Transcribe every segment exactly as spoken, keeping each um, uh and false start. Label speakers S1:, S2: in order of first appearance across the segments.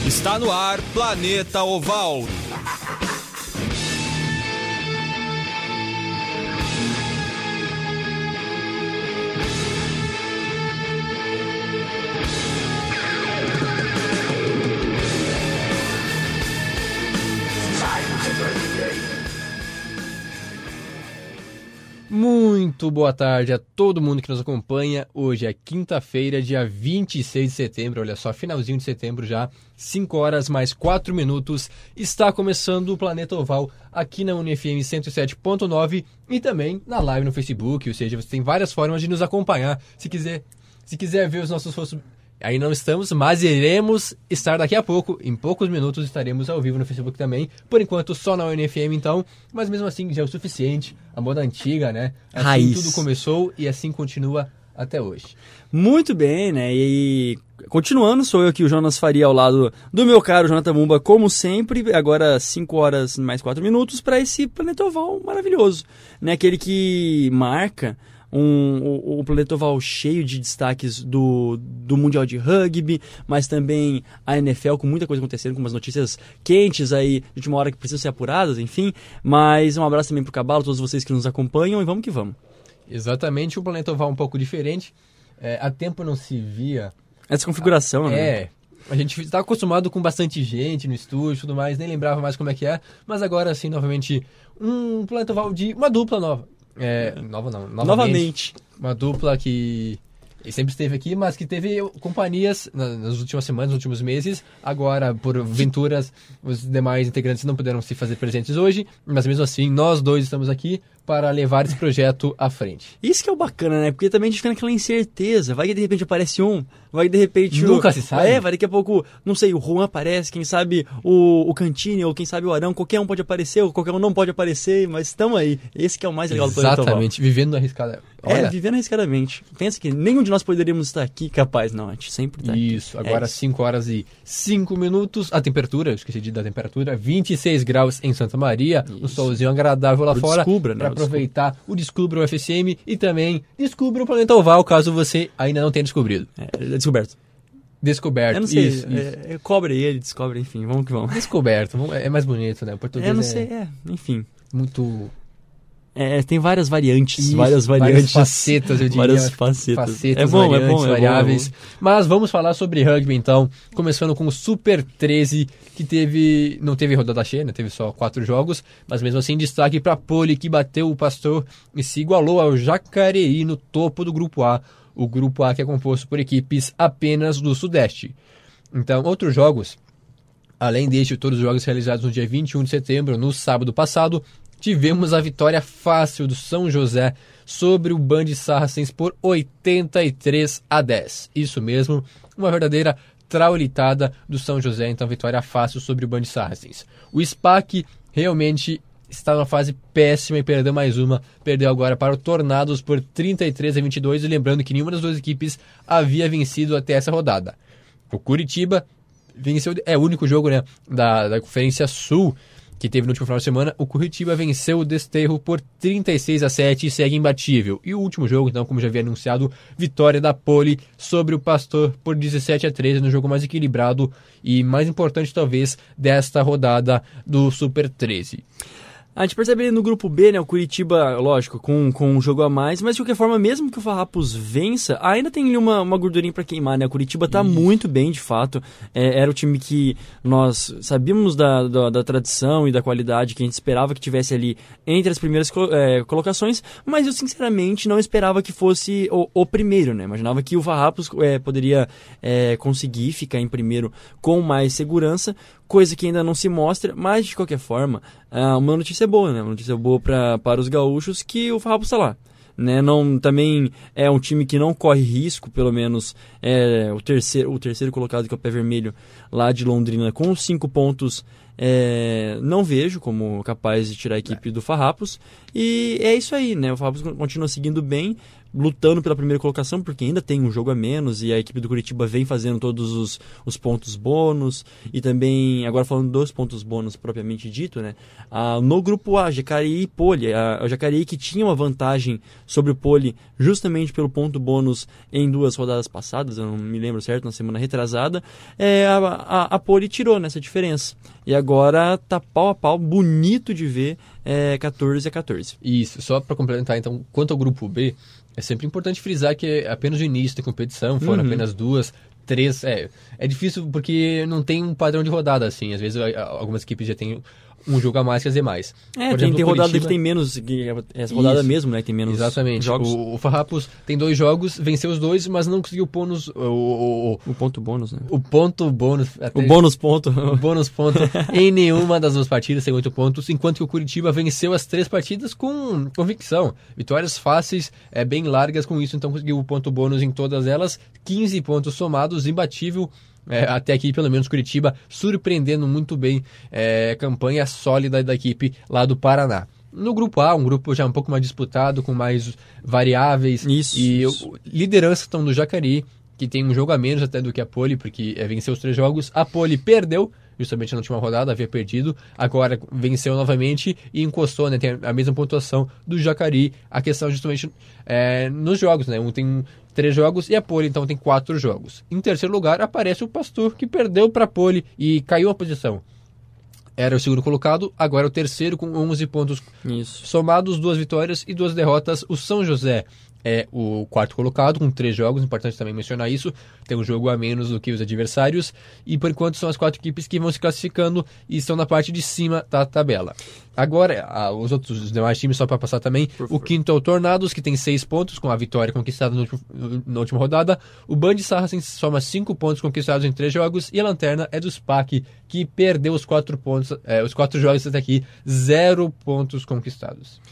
S1: Está no ar Planeta Oval.
S2: Muito boa tarde a todo mundo que nos acompanha. Hoje é quinta-feira, dia vinte e seis de setembro, olha só, finalzinho de setembro já, cinco horas mais quatro minutos. Está começando o Planeta Oval aqui na Uni F M cento e sete ponto nove e também na live no Facebook, ou seja, você tem várias formas de nos acompanhar. Se quiser, se quiser ver os nossos rostos, aí não estamos, mas iremos estar daqui a pouco, em poucos minutos estaremos ao vivo no Facebook também, por enquanto só na U N F M então, mas mesmo assim já é o suficiente, a moda antiga, né? Assim
S3: Raiz.
S2: Tudo começou e assim continua até hoje.
S3: Muito bem, né? E continuando, sou eu aqui, o Jonas Faria, ao lado do meu caro Jonathan Mumba, como sempre, agora cinco horas mais quatro minutos para esse Planeta Oval maravilhoso, né? Aquele que marca Um, o, o Planeta Oval cheio de destaques do, do Mundial de Rugby, mas também a N F L com muita coisa acontecendo, com umas notícias quentes aí, de última hora que precisam ser apuradas, enfim. Mas um abraço também pro Cabalo, todos vocês que nos acompanham, e vamos que vamos.
S2: Exatamente, o Planeta Oval um pouco diferente. É, há tempo não se via...
S3: Essa configuração,
S2: a,
S3: né?
S2: É, a gente está acostumado com bastante gente no estúdio e tudo mais, nem lembrava mais como é que é, mas agora sim, novamente, um Planeta Oval de uma dupla nova. É, nova não, novamente,
S3: Novamente.
S2: Uma dupla que sempre esteve aqui, mas que teve companhias nas últimas semanas, nos últimos meses. Agora, por venturas, os demais integrantes não puderam se fazer presentes hoje, mas mesmo assim, nós dois estamos aqui para levar esse projeto à frente.
S3: Isso que é o bacana, né? Porque também a gente fica naquela incerteza. Vai que de repente aparece um, vai que de repente...
S2: Nunca
S3: o...
S2: se sabe.
S3: É, vai daqui a pouco, não sei, o Juan aparece, quem sabe o, o Cantini, ou quem sabe o Arão, qualquer um pode aparecer, ou qualquer um não pode aparecer, mas estamos aí. Esse que é o mais legal do Planeta Oval.
S2: Exatamente, vivendo arriscada. Olha.
S3: É, vivendo arriscadamente. Pensa que nenhum de nós poderíamos estar aqui capaz, não, a gente sempre está aqui.
S2: Isso, agora
S3: é
S2: cinco horas e cinco minutos. A temperatura, eu esqueci de dar a temperatura, vinte e seis graus em Santa Maria,
S3: Isso.
S2: um solzinho agradável lá
S3: O
S2: fora,
S3: Descubra, né?
S2: para
S3: O
S2: aproveitar o Descubra o F S M e também Descubra o Planeta Oval, caso você ainda não tenha descobrido.
S3: É, é descoberto.
S2: Descoberto,
S3: Eu não sei,
S2: isso,
S3: é,
S2: isso.
S3: é, cobre ele, descobre, enfim, vamos que vamos.
S2: Descoberto, é mais bonito, né? O português
S3: Eu não
S2: é
S3: sei, é, enfim.
S2: muito...
S3: É, tem várias variantes,
S2: Isso,
S3: várias variantes.
S2: várias facetas, eu diria.
S3: Várias facetas.
S2: Facetas,
S3: é bom,
S2: variantes,
S3: é bom, é
S2: variáveis.
S3: bom, é bom.
S2: Mas vamos falar sobre rugby, então. Começando com o Super treze, que teve... Não teve rodada cheia, né? Teve só quatro jogos. Mas mesmo assim, destaque para a Poli, que bateu o Pastor e se igualou ao Jacareí no topo do Grupo A. O Grupo A que é composto por equipes apenas do Sudeste. Então, outros jogos, além deste, todos os jogos realizados no dia vinte e um de setembro, no sábado passado, tivemos a vitória fácil do São José sobre o Band Saracens por oitenta e três a dez. Isso mesmo, uma verdadeira traulitada do São José, então vitória fácil sobre o Band Saracens. O SPAC realmente está numa fase péssima e perdeu mais uma, perdeu agora para o Tornados por trinta e três a vinte e dois, e lembrando que nenhuma das duas equipes havia vencido até essa rodada. O Curitiba venceu, é o único jogo, né, da, da Conferência Sul que teve no último final de semana. O Curitiba venceu o Desterro por trinta e seis a sete e segue imbatível. E o último jogo, então, como já havia anunciado, vitória da Poli sobre o Pastor por dezessete a treze, no jogo mais equilibrado e mais importante, talvez, desta rodada do Super treze.
S3: A gente percebe ali no grupo B, né, o Curitiba, lógico, com, com um jogo a mais, mas de qualquer forma, mesmo que o Farrapos vença, ainda tem ali uma, uma gordurinha pra queimar, né? O Curitiba tá Isso. muito bem, de fato. É, era o time que nós sabíamos da, da, da tradição e da qualidade que a gente esperava que tivesse ali entre as primeiras é, colocações, mas eu sinceramente não esperava que fosse o, o primeiro, né? Imaginava que o Farrapos é, poderia é, conseguir ficar em primeiro com mais segurança, coisa que ainda não se mostra, mas de qualquer forma, uma notícia boa, né? Uma notícia boa pra, para os gaúchos que o Farrapos está lá. Né? Não, também é um time que não corre risco, pelo menos é, o, terceiro, o terceiro colocado, que é o Pé Vermelho, lá de Londrina, com cinco pontos, é, não vejo como capaz de tirar a equipe do Farrapos. E é isso aí, né? O Farrapos continua seguindo bem, lutando pela primeira colocação, porque ainda tem um jogo a menos e a equipe do Curitiba vem fazendo todos os, os pontos bônus e também, agora falando dos pontos bônus propriamente dito, né? Ah, no grupo A, Jacareí e Poli, a, a Jacareí que tinha uma vantagem sobre o Poli justamente pelo ponto bônus em duas rodadas passadas, eu não me lembro certo, na semana retrasada, é, a, a, a Poli tirou nessa diferença. E agora tá pau a pau, bonito de ver, é, quatorze a quatorze.
S2: Isso, só para complementar então, quanto ao grupo B, é sempre importante frisar que é apenas o início da competição, foram uhum. apenas duas, três, é, é difícil porque não tem um padrão de rodada assim, às vezes algumas equipes já têm um jogo a mais que as demais.
S3: É, Por tem, exemplo, tem rodada Curitiba... que tem menos, que essa rodada Isso. mesmo, né, que tem menos
S2: Exatamente.
S3: jogos.
S2: O, o Farrapos tem dois jogos, venceu os dois, mas não conseguiu bônus, o, o,
S3: o, o ponto bônus, né?
S2: O ponto bônus. Até,
S3: o bônus ponto.
S2: O bônus ponto em nenhuma das duas partidas, tem oito pontos, enquanto que o Curitiba venceu as três partidas com convicção. Vitórias fáceis, é, bem largas com isso, então conseguiu o ponto bônus em todas elas, quinze pontos somados, imbatível. É, até aqui, pelo menos, Curitiba surpreendendo muito bem, é, campanha sólida da equipe lá do Paraná. No grupo A, um grupo já um pouco mais disputado, com mais variáveis.
S3: Isso,
S2: e
S3: isso.
S2: Liderança estão do Jacareí, que tem um jogo a menos até do que a Poli, porque é, venceu os três jogos. A Poli perdeu, justamente na última rodada, havia perdido. Agora venceu novamente e encostou, né? Tem a mesma pontuação do Jacareí. A questão justamente é, nos jogos, né? Um tem três jogos e a Poli, então, tem quatro jogos. Em terceiro lugar, aparece o Pastor, que perdeu para a Poli e caiu a posição. Era o segundo colocado, agora o terceiro com onze pontos
S3: Isso.
S2: somados, duas vitórias e duas derrotas. O São José é o quarto colocado, com três jogos, importante também mencionar isso, tem um jogo a menos do que os adversários, e por enquanto são as quatro equipes que vão se classificando e estão na parte de cima da tabela. Agora, ah, os outros os demais times, só para passar também, o quinto é o Tornados, que tem seis pontos, com a vitória conquistada no último, na última rodada. O Band Sarracens soma cinco pontos conquistados em três jogos, e a lanterna é do S P A C, que perdeu os quatro pontos, é, os quatro jogos até aqui, zero pontos conquistados.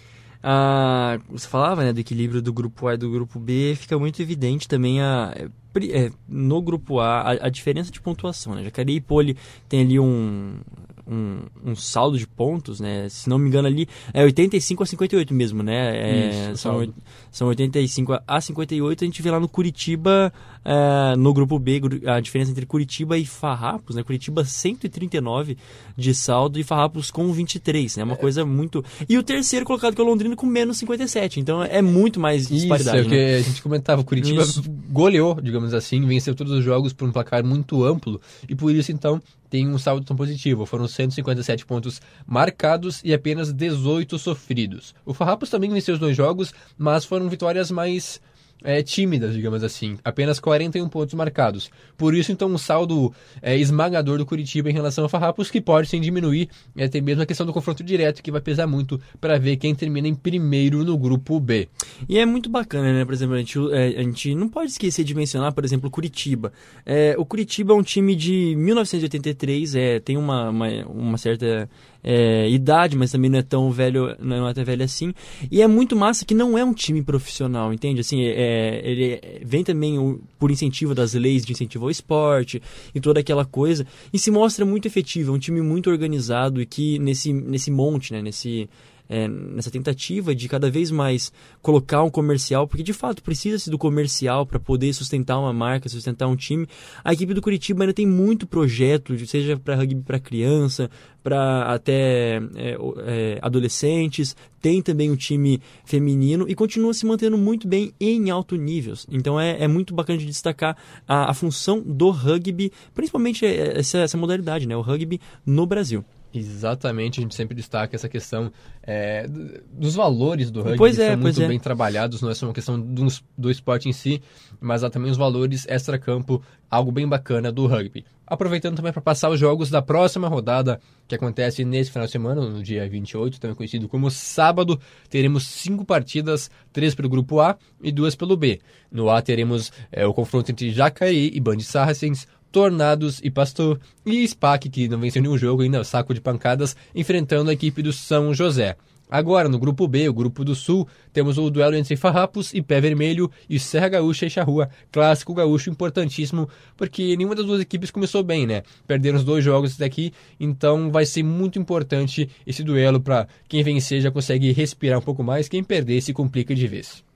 S3: Ah, você falava, né, do equilíbrio do grupo A e do grupo B, fica muito evidente também a, é, no grupo A a, a diferença de pontuação, né? Jacareí e Poli tem ali um, um, um saldo de pontos, né? Se não me engano ali é oitenta e cinco a cinquenta e oito mesmo, né? É,
S2: Isso,
S3: são, são oitenta e cinco a cinquenta e oito. A gente vê lá no Curitiba, é, no grupo B, a diferença entre Curitiba e Farrapos, né? Curitiba cento e trinta e nove de saldo e Farrapos com vinte e três, né? Uma é. coisa muito... E o terceiro colocado, que é o Londrina, com menos cinquenta e sete, então é muito mais disparidade.
S2: Isso, é o
S3: né?
S2: que a gente comentava, o Curitiba
S3: Isso.
S2: goleou, digamos assim, venceu todos os jogos por um placar muito amplo, e por isso, então, tem um saldo tão positivo. Foram cento e cinquenta e sete pontos marcados e apenas dezoito sofridos. O Farrapos também venceu os dois jogos, mas foram vitórias mais... É, tímidas, digamos assim, apenas quarenta e um pontos marcados. Por isso, então, um saldo é, esmagador do Curitiba em relação ao Farrapos, que pode sim diminuir, é, até mesmo a questão do confronto direto, que vai pesar muito para ver quem termina em primeiro no grupo B.
S3: E é muito bacana, né? Por exemplo, a gente, é, a gente não pode esquecer de mencionar, por exemplo, o Curitiba. É, o Curitiba é um time de mil novecentos e oitenta e três, é, tem uma, uma, uma certa... É, idade, mas também não é tão velho, não é tão velho assim, e é muito massa que não é um time profissional, entende? Assim, é, ele vem também o, por incentivo das leis de incentivo ao esporte e toda aquela coisa, e se mostra muito efetivo, é um time muito organizado e que nesse, nesse monte, né, nesse... É, nessa tentativa de cada vez mais colocar um comercial, porque de fato precisa-se do comercial para poder sustentar uma marca, sustentar um time. A equipe do Curitiba ainda tem muito projeto, seja para rugby para criança, para até é, é, adolescentes, tem também um time feminino e continua se mantendo muito bem em alto nível. Então é, é muito bacana de destacar a, a função do rugby, principalmente essa, essa modalidade, né, o rugby no Brasil.
S2: Exatamente, a gente sempre destaca essa questão é, dos valores do rugby,
S3: pois
S2: que
S3: é,
S2: são muito
S3: é.
S2: bem trabalhados, não é só uma questão do, do esporte em si, mas há também os valores extra-campo, algo bem bacana do rugby. Aproveitando também para passar os jogos da próxima rodada, que acontece nesse final de semana, no dia vinte e oito, também conhecido como sábado, teremos cinco partidas, três pelo grupo A e duas pelo B. No A teremos é, o confronto entre Jacareí e Band Sarracens, Tornados e Pastor, e S P A C, que não venceu nenhum jogo ainda, saco de pancadas, enfrentando a equipe do São José. Agora, no grupo B, o grupo do Sul, temos o duelo entre Farrapos e Pé Vermelho e Serra Gaúcha e Charrua, clássico gaúcho importantíssimo, porque nenhuma das duas equipes começou bem, né? Perderam os dois jogos daqui, então vai ser muito importante esse duelo para quem vencer já consegue respirar um pouco mais, quem perder se complica de vez.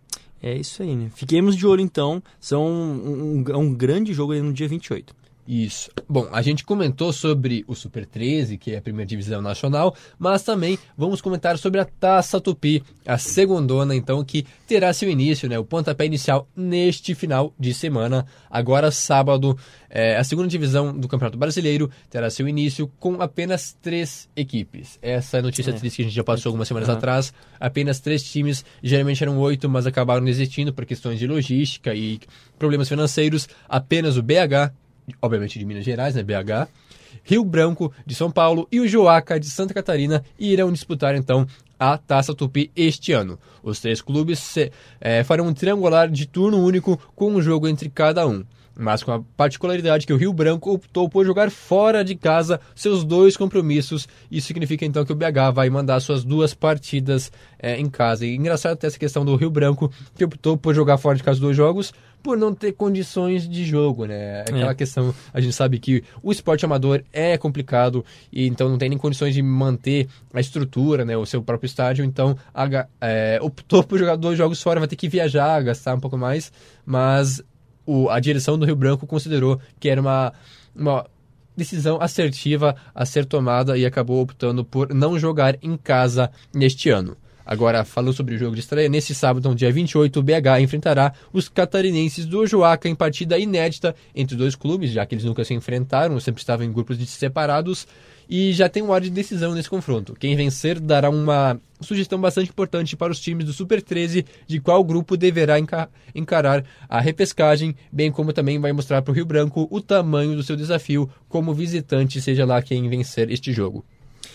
S3: É isso aí, né? Fiquemos de olho, então. São um, um, um grande jogo aí no dia vinte e oito.
S2: Isso. Bom, a gente comentou sobre o Super treze, que é a primeira divisão nacional, mas também vamos comentar sobre a Taça Tupi, a segundona, então, que terá seu início, né, o pontapé inicial neste final de semana. Agora, sábado, é, a segunda divisão do Campeonato Brasileiro terá seu início com apenas três equipes. Essa é a notícia
S3: É.
S2: triste que a gente já passou algumas semanas
S3: Uhum.
S2: atrás. Apenas três times, geralmente eram oito, mas acabaram desistindo por questões de logística e problemas financeiros. Apenas o B H, obviamente de Minas Gerais, né, B H, Rio Branco de São Paulo e o Joaca de Santa Catarina irão disputar então a Taça Tupi este ano. Os três clubes se, é, farão um triangular de turno único com um jogo entre cada um, mas com a particularidade que o Rio Branco optou por jogar fora de casa seus dois compromissos. Isso significa então que o B H vai mandar suas duas partidas é, em casa. E engraçado até essa questão do Rio Branco, que optou por jogar fora de casa dois jogos por não ter condições de jogo, né? Aquela
S3: É.
S2: questão, a gente sabe que o esporte amador é complicado e então não tem nem condições de manter a estrutura, né? O seu próprio estádio, então a, é, optou por jogar dois jogos fora, vai ter que viajar, gastar um pouco mais, mas o, a direção do Rio Branco considerou que era uma, uma decisão assertiva a ser tomada e acabou optando por não jogar em casa neste ano. Agora, falando sobre o jogo de estreia, nesse sábado, no dia vinte e oito, o B H enfrentará os catarinenses do Joaca em partida inédita entre os dois clubes, já que eles nunca se enfrentaram, sempre estavam em grupos separados, e já tem um ar de decisão nesse confronto. Quem vencer dará uma sugestão bastante importante para os times do Super treze de qual grupo deverá enca- encarar a repescagem, bem como também vai mostrar para o Rio Branco o tamanho do seu desafio como visitante, seja lá quem vencer este jogo.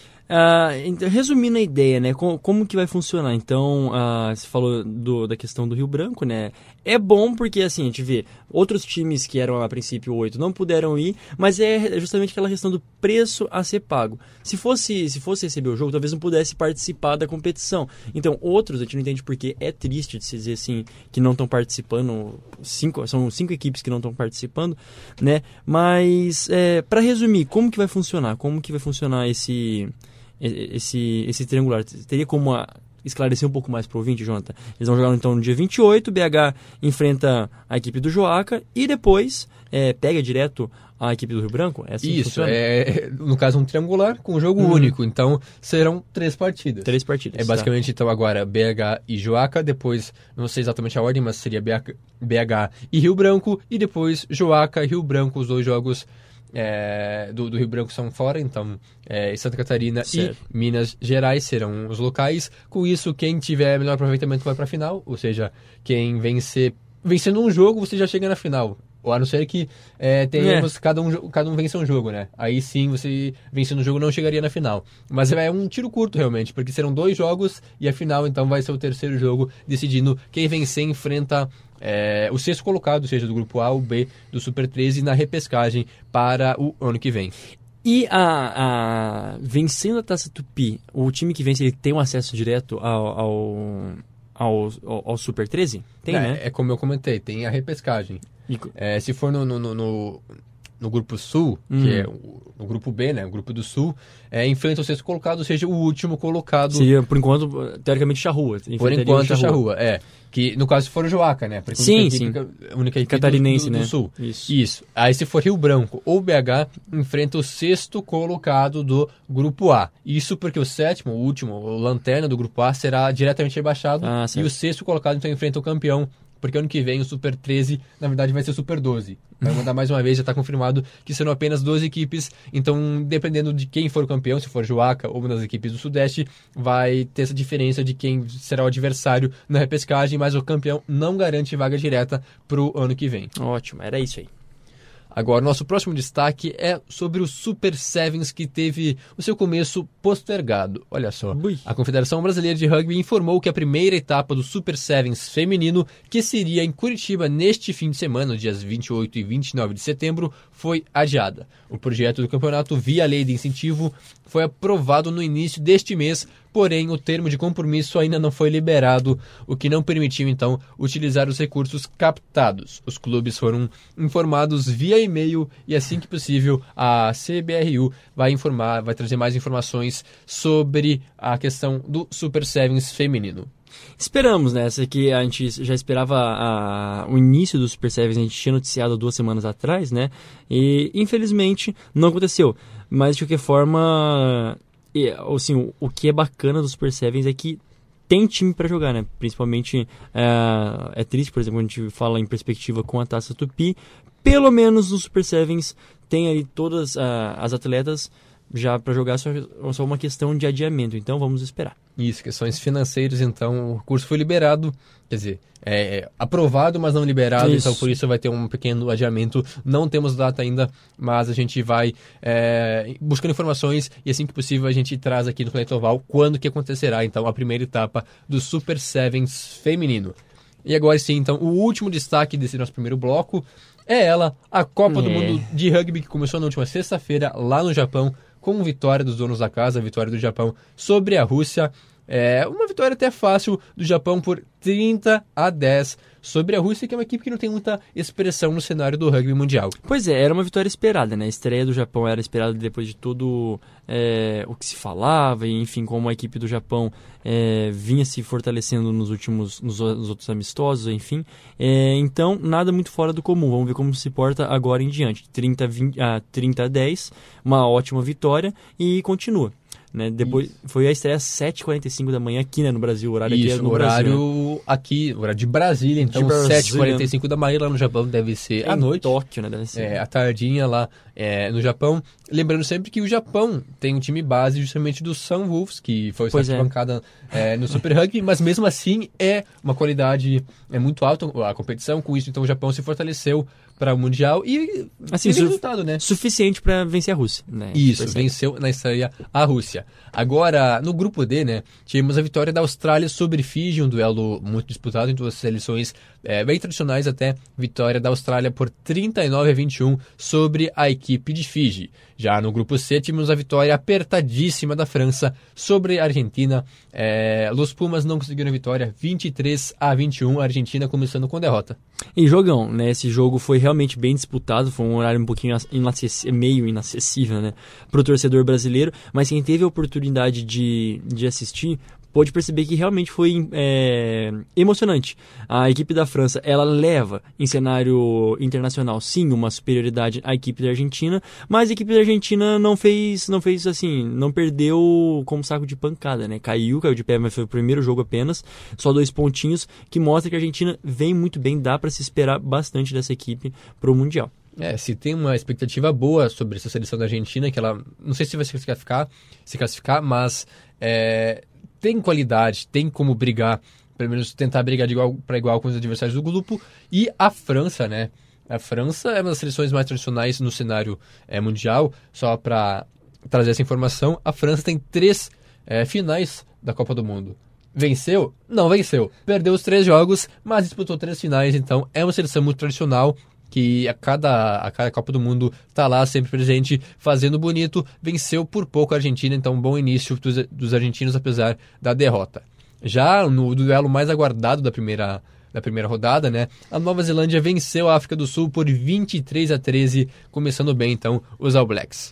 S3: Ah, então, resumindo a ideia, né, como, como que vai funcionar? Então, ah, você falou do, da questão do Rio Branco, né? É bom porque, assim, a gente vê outros times que eram a princípio oito não puderam ir, mas é justamente aquela questão do preço a ser pago. Se fosse, se fosse receber o jogo, talvez não pudesse participar da competição. Então, outros, a gente não entende porque é triste de se dizer assim, que não estão participando, cinco, são cinco equipes que não estão participando, né? Mas, é, para resumir, como que vai funcionar? Como que vai funcionar esse... Esse, esse triangular? Teria como a, esclarecer um pouco mais para o ouvinte, Jonathan? Eles vão jogar então no dia vinte e oito, o B H enfrenta a equipe do Joaca e depois é, pega direto a equipe do Rio Branco? É assim que
S2: Isso,
S3: funciona?
S2: é, no caso um triangular com um jogo
S3: Uhum.
S2: único, então serão três partidas.
S3: Três partidas.
S2: É basicamente então agora B H e Joaca, depois, não sei exatamente a ordem, mas seria B H, B H e Rio Branco, e depois Joaca e Rio Branco, os dois jogos é, do, do Rio Branco são fora, então é, Santa Catarina
S3: Certo.
S2: e Minas Gerais serão os locais. Com isso, quem tiver melhor aproveitamento vai para a final, ou seja, quem vencer, vencendo um jogo, você já chega na final. Ou a não ser que é, tenhamos,
S3: É.
S2: cada, um, cada um vence um jogo, né? Aí sim, você vencendo um jogo não chegaria na final. Mas é um tiro curto, realmente, porque serão dois jogos e a final, então, vai ser o terceiro jogo, decidindo quem vencer enfrenta é, o sexto colocado, seja do grupo A ou B do Super treze, na repescagem para o ano que vem.
S3: E a, a vencendo a Taça Tupi, o time que vence ele tem um acesso direto ao, ao, ao, ao, ao Super treze? Tem,
S2: é,
S3: né?
S2: É como eu comentei, tem a repescagem.
S3: E-
S2: É, se for no, no, no, no, no grupo Sul,
S3: Hum.
S2: que é o, no grupo B, né, o grupo do Sul, é, enfrenta o sexto colocado, ou seja, o último colocado.
S3: Seria, por enquanto, teoricamente, Charrua.
S2: Por
S3: Enfrentaria
S2: enquanto,
S3: o
S2: a Charrua, é. Que, no caso, se for o Joaca, né? Porque a
S3: Sim,
S2: única
S3: sim.
S2: equipe- a única equipe
S3: Catarinense,
S2: do, do,
S3: né?
S2: do Sul.
S3: Isso.
S2: Isso. Aí, se for Rio Branco ou B H, enfrenta o sexto colocado do grupo A. Isso porque o sétimo, o último, o lanterna do grupo A, será diretamente rebaixado.
S3: Ah,
S2: e
S3: certo.
S2: o sexto colocado, então, enfrenta o campeão. Porque ano que vem o Super treze, na verdade, vai ser o Super doze. Vai mandar mais uma vez, já está confirmado que serão apenas doze equipes. Então, dependendo de quem for o campeão, se for Joaca ou uma das equipes do Sudeste, vai ter essa diferença de quem será o adversário na repescagem, mas o campeão não garante vaga direta para o ano que vem.
S3: Ótimo, era isso aí.
S2: Agora, nosso próximo destaque é sobre o Super Sevens, que teve o seu começo postergado. Olha só,
S3: Ui.
S2: a Confederação Brasileira de Rugby informou que a primeira etapa do Super Sevens feminino, que seria em Curitiba neste fim de semana, dias vinte e oito e vinte e nove de setembro, foi adiada. O projeto do campeonato, via lei de incentivo, foi aprovado no início deste mês, porém o termo de compromisso ainda não foi liberado, o que não permitiu então utilizar os recursos captados. Os clubes foram informados via e-mail e assim que possível a C B R U vai informar, vai trazer mais informações sobre a questão do Super Sevens feminino.
S3: Esperamos, né? Essa aqui a gente já esperava a, o início do Super Sevens, a gente tinha noticiado duas semanas atrás, né? E infelizmente não aconteceu. Mas de qualquer forma, e, assim, o, o que é bacana do Super Sevens é que tem time para jogar, né? Principalmente é, é triste, por exemplo, quando a gente fala em perspectiva com a Taça Tupi, pelo menos no Super Sevens tem ali todas uh, as atletas já para jogar, só, só uma questão de adiamento, então vamos esperar.
S2: Isso, questões financeiras, então o curso foi liberado, quer dizer, é, é aprovado, mas não liberado,
S3: isso.
S2: Então por isso vai ter um pequeno adiamento, não temos data ainda, mas a gente vai é, buscando informações e assim que possível a gente traz aqui no Planeta Oval quando que acontecerá, então, a primeira etapa do Super Sevens feminino. E agora sim, então, o último destaque desse nosso primeiro bloco é ela, a Copa é. do Mundo de Rugby, que começou na última sexta-feira lá no Japão, com vitória dos donos da casa, a vitória do Japão sobre a Rússia. É uma vitória até fácil do Japão por trinta a dez sobre a Rússia, que é uma equipe que não tem muita expressão no cenário do rugby mundial.
S3: Pois é, era uma vitória esperada, né? A estreia do Japão era esperada depois de todo é, o que se falava, e enfim, como a equipe do Japão é, vinha se fortalecendo nos últimos, nos, nos outros amistosos, enfim. É, então, nada muito fora do comum. Vamos ver como se porta agora em diante. trinta a dez, uma ótima vitória e continua. Né? Depois foi a estreia às sete e quarenta e cinco da manhã aqui, né, no Brasil, o horário
S2: Isso,
S3: aqui é no
S2: horário
S3: Brasil, né?
S2: aqui, horário de Brasília, então sete e quarenta e cinco da manhã lá no Japão deve ser
S3: é
S2: à noite.
S3: Tóquio, né, deve ser.
S2: É, à tardinha lá é, no Japão. Lembrando sempre que o Japão tem um time base justamente do Sunwolves, que foi
S3: pois
S2: é. bancada é, no Super Rugby, mas mesmo assim é uma qualidade é muito alta a competição. Com isso, então o Japão se fortaleceu para o Mundial e
S3: assim,
S2: teve resultado, né?
S3: Suficiente para vencer a Rússia, né?
S2: Isso, venceu na estreia a Rússia. Agora, no grupo D, né, tivemos a vitória da Austrália sobre Fiji, um duelo muito disputado entre duas seleções é, bem tradicionais até. Vitória da Austrália por trinta e nove a vinte e um sobre a equipe de Fiji. Já no grupo C, tivemos a vitória apertadíssima da França sobre a Argentina. É, Los Pumas não conseguiram a vitória, vinte e três a vinte e um, a Argentina começando com derrota.
S3: E jogão, né? Esse jogo foi realmente bem disputado, foi um horário um pouquinho inacess... meio inacessível, né, para o torcedor brasileiro, mas quem teve a oportunidade de, de assistir pôde perceber que realmente foi é, emocionante. A equipe da França, ela leva em cenário internacional, sim, uma superioridade à equipe da Argentina, mas a equipe da Argentina não fez, não fez assim, não perdeu como saco de pancada, né? Caiu, caiu de pé, mas foi o primeiro jogo apenas, só dois pontinhos, que mostra que a Argentina vem muito bem, dá para se esperar bastante dessa equipe pro Mundial.
S2: É, se tem uma expectativa boa sobre essa seleção da Argentina, que ela, não sei se vai se classificar, se classificar, mas é, tem qualidade, tem como brigar, pelo menos tentar brigar de igual para igual com os adversários do grupo. E a França, né? A França é uma das seleções mais tradicionais no cenário é, mundial. Só para trazer essa informação, a França tem três é, finais da Copa do Mundo. Venceu? Não venceu. Perdeu os três jogos, mas disputou três finais, então é uma seleção muito tradicional, que a cada, a cada Copa do Mundo está lá sempre presente, fazendo bonito. Venceu por pouco a Argentina, então um bom início dos, dos argentinos, apesar da derrota. Já no duelo mais aguardado da primeira, da primeira rodada, né, a Nova Zelândia venceu a África do Sul por vinte e três a treze, começando bem então os All Blacks.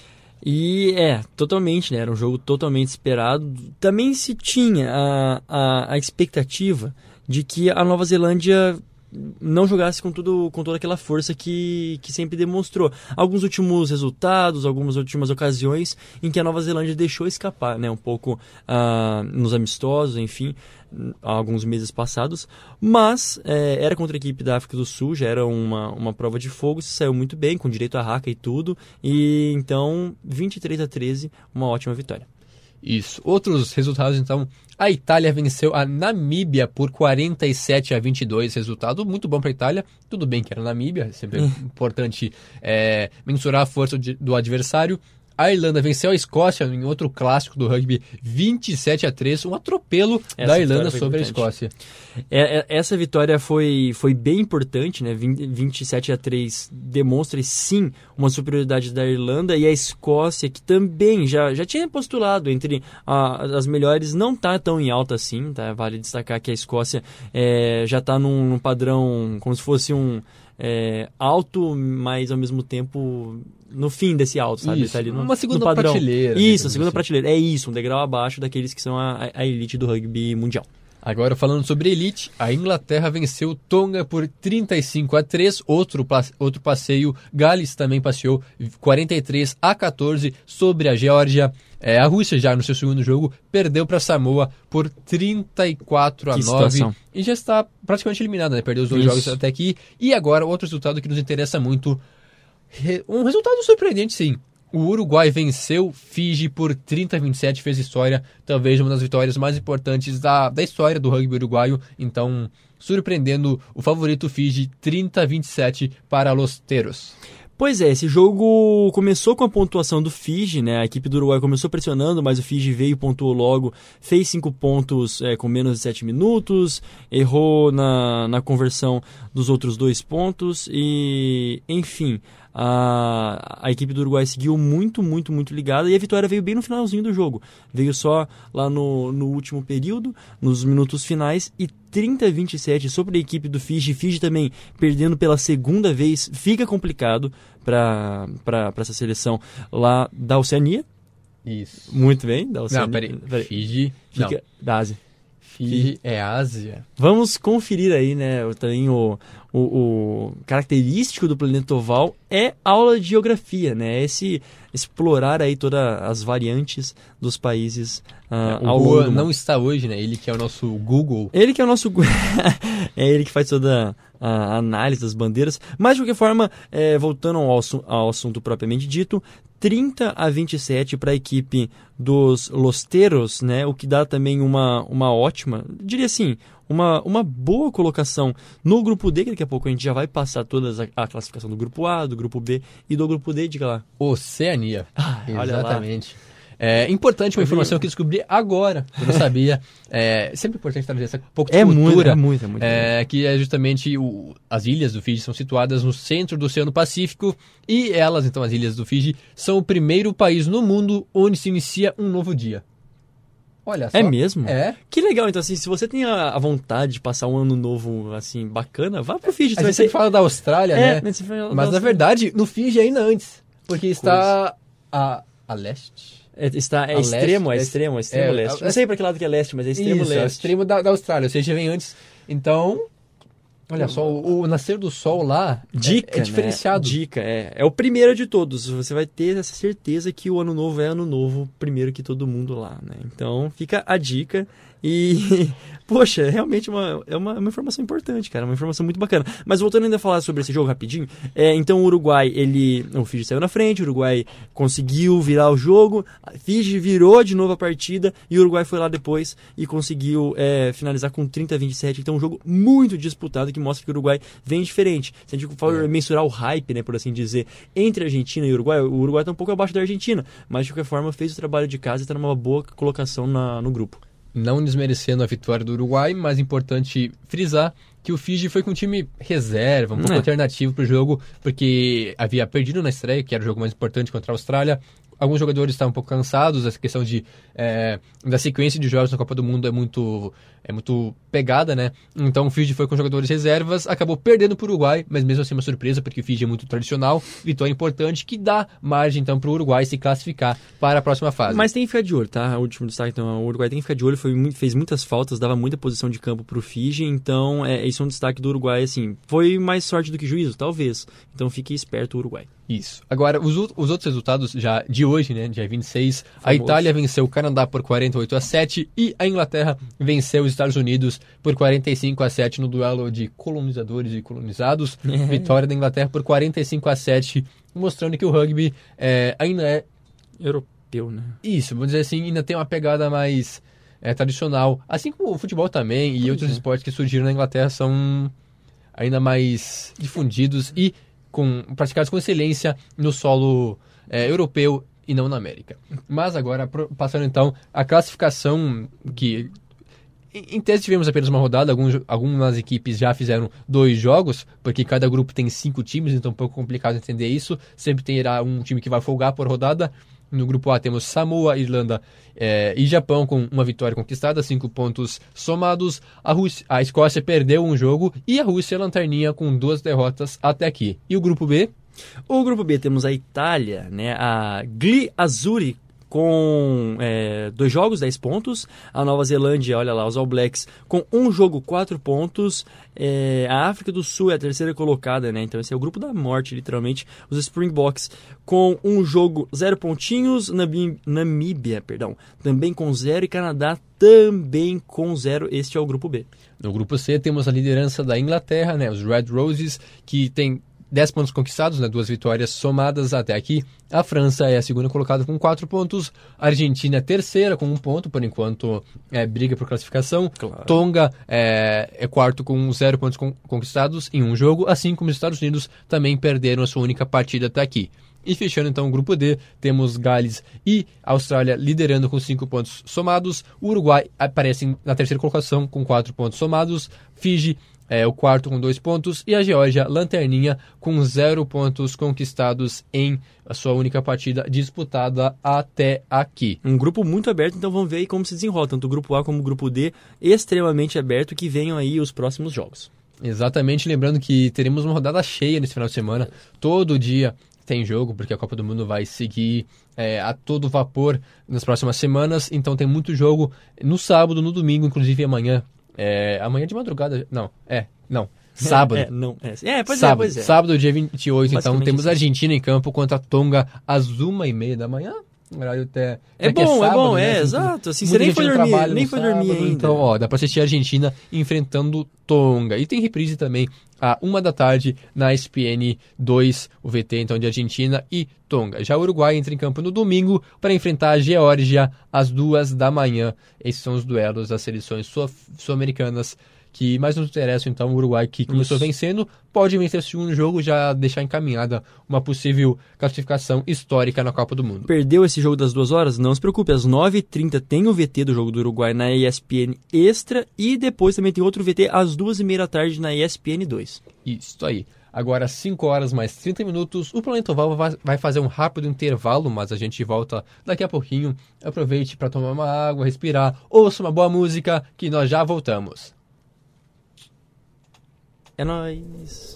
S3: E é, totalmente, né? Era um jogo totalmente esperado. Também se tinha a, a, a expectativa de que a Nova Zelândia não jogasse com, tudo, com toda aquela força que, que sempre demonstrou. Alguns últimos resultados, algumas últimas ocasiões em que a Nova Zelândia deixou escapar, né, um pouco uh, nos amistosos, enfim, há alguns meses passados, mas é, era contra a equipe da África do Sul, já era uma, uma prova de fogo, se saiu muito bem, com direito a raca e tudo, e então vinte e três a treze, uma ótima vitória.
S2: Isso. Outros resultados, então, a Itália venceu a Namíbia por quarenta e sete a vinte e dois, resultado muito bom para a Itália. Tudo bem que era Namíbia, é sempre importante é, mensurar a força do adversário. A Irlanda venceu a Escócia em outro clássico do rugby, vinte e sete a três, um atropelo essa da Irlanda sobre a Escócia.
S3: É, é, essa vitória foi, foi bem importante, né? vinte e sete a três demonstra sim uma superioridade da Irlanda, e a Escócia, que também já, já tinha postulado entre a, as melhores, não está tão em alta assim, tá? Vale destacar que a Escócia é, já está num, num padrão como se fosse um é, alto, mas ao mesmo tempo no fim desse alto, sabe?
S2: Isso,
S3: tá ali no,
S2: uma segunda
S3: no padrão.
S2: prateleira.
S3: Isso, a segunda
S2: assim.
S3: prateleira. É isso, um degrau abaixo daqueles que são a, a elite do rugby mundial.
S2: Agora falando sobre Elite, a Inglaterra venceu Tonga por trinta e cinco a três, outro, outro passeio, Gales também passeou quarenta e três a quatorze sobre a Geórgia. É, a Rússia já no seu segundo jogo perdeu para Samoa por trinta e quatro a nove e já está praticamente eliminada, né? Perdeu os dois Isso. jogos até aqui. E agora outro resultado que nos interessa muito, um resultado surpreendente sim. O Uruguai venceu Fiji por trinta a vinte e sete, fez história, talvez uma das vitórias mais importantes da, da história do rugby uruguaio. Então, surpreendendo o favorito Fiji, trinta a vinte e sete para Los Teros.
S3: Pois é, esse jogo começou com a pontuação do Fiji, né? A equipe do Uruguai começou pressionando, mas o Fiji veio e pontuou logo, fez cinco pontos é, com menos de sete minutos, errou na, na conversão dos outros dois pontos e, enfim, a, a equipe do Uruguai seguiu muito, muito, muito ligada e a vitória veio bem no finalzinho do jogo. Veio só lá no, no último período, nos minutos finais, e trinta a vinte e sete sobre a equipe do Fiji. Fiji também perdendo pela segunda vez, fica complicado para essa seleção lá da Oceania.
S2: Isso.
S3: Muito bem, da Oceania.
S2: Não, peraí, peraí. Fiji...
S3: Fica
S2: Não.
S3: Da Ásia.
S2: Fiji é Ásia.
S3: Vamos conferir aí, né, também o, o, o característico do planeta oval é aula de geografia, né, esse explorar aí todas as variantes dos países uh,
S2: o
S3: ao longo do mundo.
S2: Não está hoje, né, ele que é o nosso Google.
S3: Ele que é o nosso é ele que faz toda a análise das bandeiras, mas de qualquer forma, é, voltando ao, ao assunto propriamente dito, trinta a vinte e sete para a equipe dos Los Teros, né? O que dá também uma, uma ótima, diria assim, uma, uma boa colocação no grupo D, que daqui a pouco a gente já vai passar toda a, a classificação do grupo A, do grupo B e do grupo D, diga lá.
S2: Oceania.
S3: Ah,
S2: exatamente. É importante uma informação que eu descobri agora, eu não sabia. É sempre importante trazer essa pouco de
S3: é
S2: cultura.
S3: Muito, é muito, é muito.
S2: É, que é justamente o, as ilhas do Fiji são situadas no centro do Oceano Pacífico e elas, então as ilhas do Fiji, são o primeiro país no mundo onde se inicia um novo dia. Olha só.
S3: É mesmo?
S2: É.
S3: Que legal, então assim, se você tem a, a vontade de passar um ano novo, assim, bacana, vá pro Fiji.
S2: A gente sempre ter... fala da Austrália,
S3: é,
S2: né?
S3: Mas,
S2: mas na verdade, no Fiji ainda antes, porque está a, a leste.
S3: É, está, é extremo, leste, é extremo, é extremo é, leste. É, não sei para que lado que é leste, mas é extremo
S2: isso,
S3: leste.
S2: É o extremo da, da Austrália, ou seja, vem antes. Então, olha só, o, o nascer do sol lá
S3: dica,
S2: é, é diferenciado.
S3: Né? Dica, é. É o primeiro de todos. Você vai ter essa certeza que o ano novo é ano novo, primeiro que todo mundo lá, né? Então, fica a dica. E, poxa, é realmente uma, é uma, uma informação importante, cara, uma informação muito bacana. Mas voltando ainda a falar sobre esse jogo rapidinho, é, então o Uruguai, ele, o Fiji saiu na frente, o Uruguai conseguiu virar o jogo, a Fiji virou de novo a partida e o Uruguai foi lá depois e conseguiu é, finalizar com trinta a vinte e sete. Então um jogo muito disputado que mostra que o Uruguai vem diferente. Se a gente for é. mensurar o hype, né, por assim dizer, entre a Argentina e o Uruguai, o Uruguai está um pouco abaixo da Argentina, mas de qualquer forma fez o trabalho de casa e está numa boa colocação na, no grupo.
S2: Não desmerecendo a vitória do Uruguai, mas importante frisar que o Fiji foi com um time reserva, um pouco
S3: é.
S2: alternativo para o jogo, porque havia perdido na estreia, que era o jogo mais importante contra a Austrália. Alguns jogadores estavam um pouco cansados, essa questão de, é, da sequência de jogos na Copa do Mundo é muito, é muito pegada, né? Então o Fiji foi com jogadores reservas, acabou perdendo para o Uruguai, mas mesmo assim uma surpresa, porque o Fiji é muito tradicional, vitória importante, que dá margem então para o Uruguai se classificar para a próxima fase.
S3: Mas tem que ficar de olho, tá? O último destaque, então, o Uruguai tem que ficar de olho, foi muito, fez muitas faltas, dava muita posição de campo para o Fiji, então é, isso é um destaque do Uruguai, assim, foi mais sorte do que juízo, talvez, então fique esperto o Uruguai.
S2: Isso. Agora, os, os outros resultados já de hoje, né, dia vinte e seis,
S3: Famoso.
S2: A Itália venceu o Canadá por quarenta e oito a sete e a Inglaterra venceu os Estados Unidos por quarenta e cinco a sete no duelo de colonizadores e colonizados.
S3: É.
S2: Vitória da Inglaterra por quarenta e cinco a sete, mostrando que o rugby é, ainda é...
S3: europeu, né?
S2: Isso, vamos dizer assim, ainda tem uma pegada mais é, tradicional. Assim como o futebol também e pois outros é. esportes que surgiram na Inglaterra são ainda mais difundidos e com, praticados com excelência no solo é, europeu e não na América. Mas agora, passando então a classificação, que em tese tivemos apenas uma rodada, alguns, algumas equipes já fizeram dois jogos, porque cada grupo tem cinco times, então é um pouco complicado entender isso. Sempre terá um time que vai folgar por rodada. No grupo A temos Samoa, Irlanda é, e Japão com uma vitória conquistada, cinco pontos somados. A, Rússia, a Escócia perdeu um jogo e a Rússia lanterninha com duas derrotas até aqui. E o grupo B?
S3: O grupo B temos a Itália, né? A Gli Azzurri com é, dois jogos, dez pontos. A Nova Zelândia, olha lá, os All Blacks com um jogo, quatro pontos. É, a África do Sul é a terceira colocada, né? Então esse é o grupo da morte, literalmente. Os Springboks com um jogo, zero pontinhos. Namí- Namíbia, perdão, também com zero. E Canadá também com zero. Este é o grupo B.
S2: No grupo C temos a liderança da Inglaterra, né? Os Red Roses, que tem dez pontos conquistados, né? Duas vitórias somadas até aqui. A França é a segunda colocada com quatro pontos. A Argentina é a terceira com um ponto, por enquanto é briga por classificação.
S3: Claro.
S2: Tonga é, é quarto com zero pontos con- conquistados em um jogo, assim como os Estados Unidos também perderam a sua única partida até aqui. E fechando então o grupo D, temos Gales e Austrália liderando com cinco pontos somados. O Uruguai aparece na terceira colocação com quatro pontos somados. Fiji é o quarto com dois pontos. E a Geórgia, lanterninha, com zero pontos conquistados em a sua única partida disputada até aqui.
S3: Um grupo muito aberto, então vamos ver aí como se desenrola. Tanto o grupo A como o grupo D, extremamente aberto, que venham aí os próximos jogos.
S2: Exatamente, lembrando que teremos uma rodada cheia nesse final de semana. Todo dia tem jogo, porque a Copa do Mundo vai seguir é, a todo vapor nas próximas semanas. Então tem muito jogo no sábado, no domingo, inclusive amanhã. É, amanhã de madrugada, não, é, não, sábado.
S3: É, não, é, é pois
S2: sábado,
S3: é, pois é.
S2: Sábado, dia vinte e oito, então temos
S3: isso.
S2: a Argentina em campo contra a Tonga às uma e meia da manhã. Horário até,
S3: É
S2: até que
S3: bom, é,
S2: sábado,
S3: bom,
S2: né?
S3: é,
S2: Assim,
S3: exato. Assim,
S2: muita
S3: você nem
S2: gente
S3: foi
S2: não
S3: dormir,
S2: trabalha
S3: nem
S2: no
S3: foi dormir
S2: sábado,
S3: ainda.
S2: Então, ó, dá pra assistir a Argentina enfrentando Tonga. E tem reprise também à uma da tarde na E S P N dois, o V T, então, de Argentina e Tonga. Já o Uruguai entra em campo no domingo para enfrentar a Geórgia às duas da manhã. Esses são os duelos das seleções sul- sul-americanas que mais nos interessam. Então, o Uruguai, que começou
S3: Isso.
S2: vencendo, pode vencer o segundo jogo, já deixar encaminhada uma possível classificação histórica na Copa do Mundo.
S3: Perdeu esse jogo das duas horas? Não se preocupe, às nove e trinta tem o V T do jogo do Uruguai na E S P N Extra e depois também tem outro V T às duas e meia da tarde na E S P N dois.
S2: Isso aí. Agora, cinco horas mais trinta minutos, o Planeta Oval vai- vai fazer um rápido intervalo, mas a gente volta daqui a pouquinho. Aproveite para tomar uma água, respirar, ouça uma boa música, que nós já voltamos.
S3: É nóis.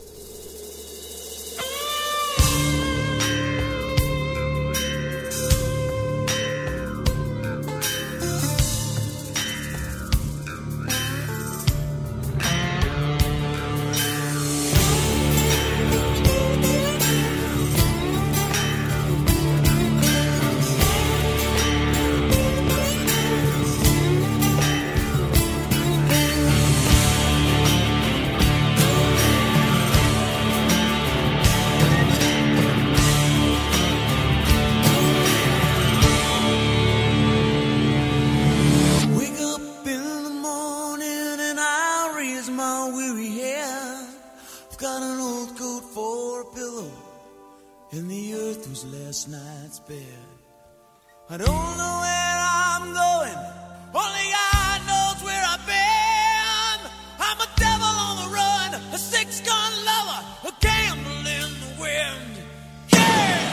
S4: Wake up in the morning and I raise my weary head. I've got an old coat for a pillow and the earth was last night's bed. I don't know where I'm going, only God knows where I've been. I'm a devil on the run, a six-gun lover, a candle in the wind. Yeah!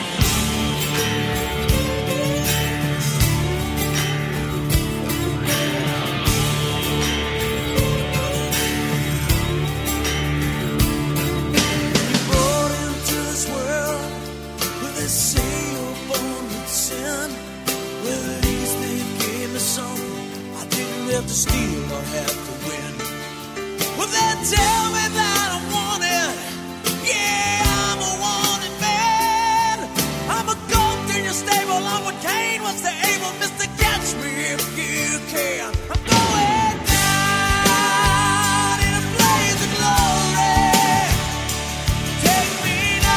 S4: Brought into this world with this seal born with sin. Well, at least they gave me something I didn't have to steal or have to win. Well, they tell me that I'm wanted. Yeah, I'm a wanted man. I'm a goat in your stable. I'm what Cain was to Abel. Mister, catch me if you can. I'm going down in a blaze of glory. Take me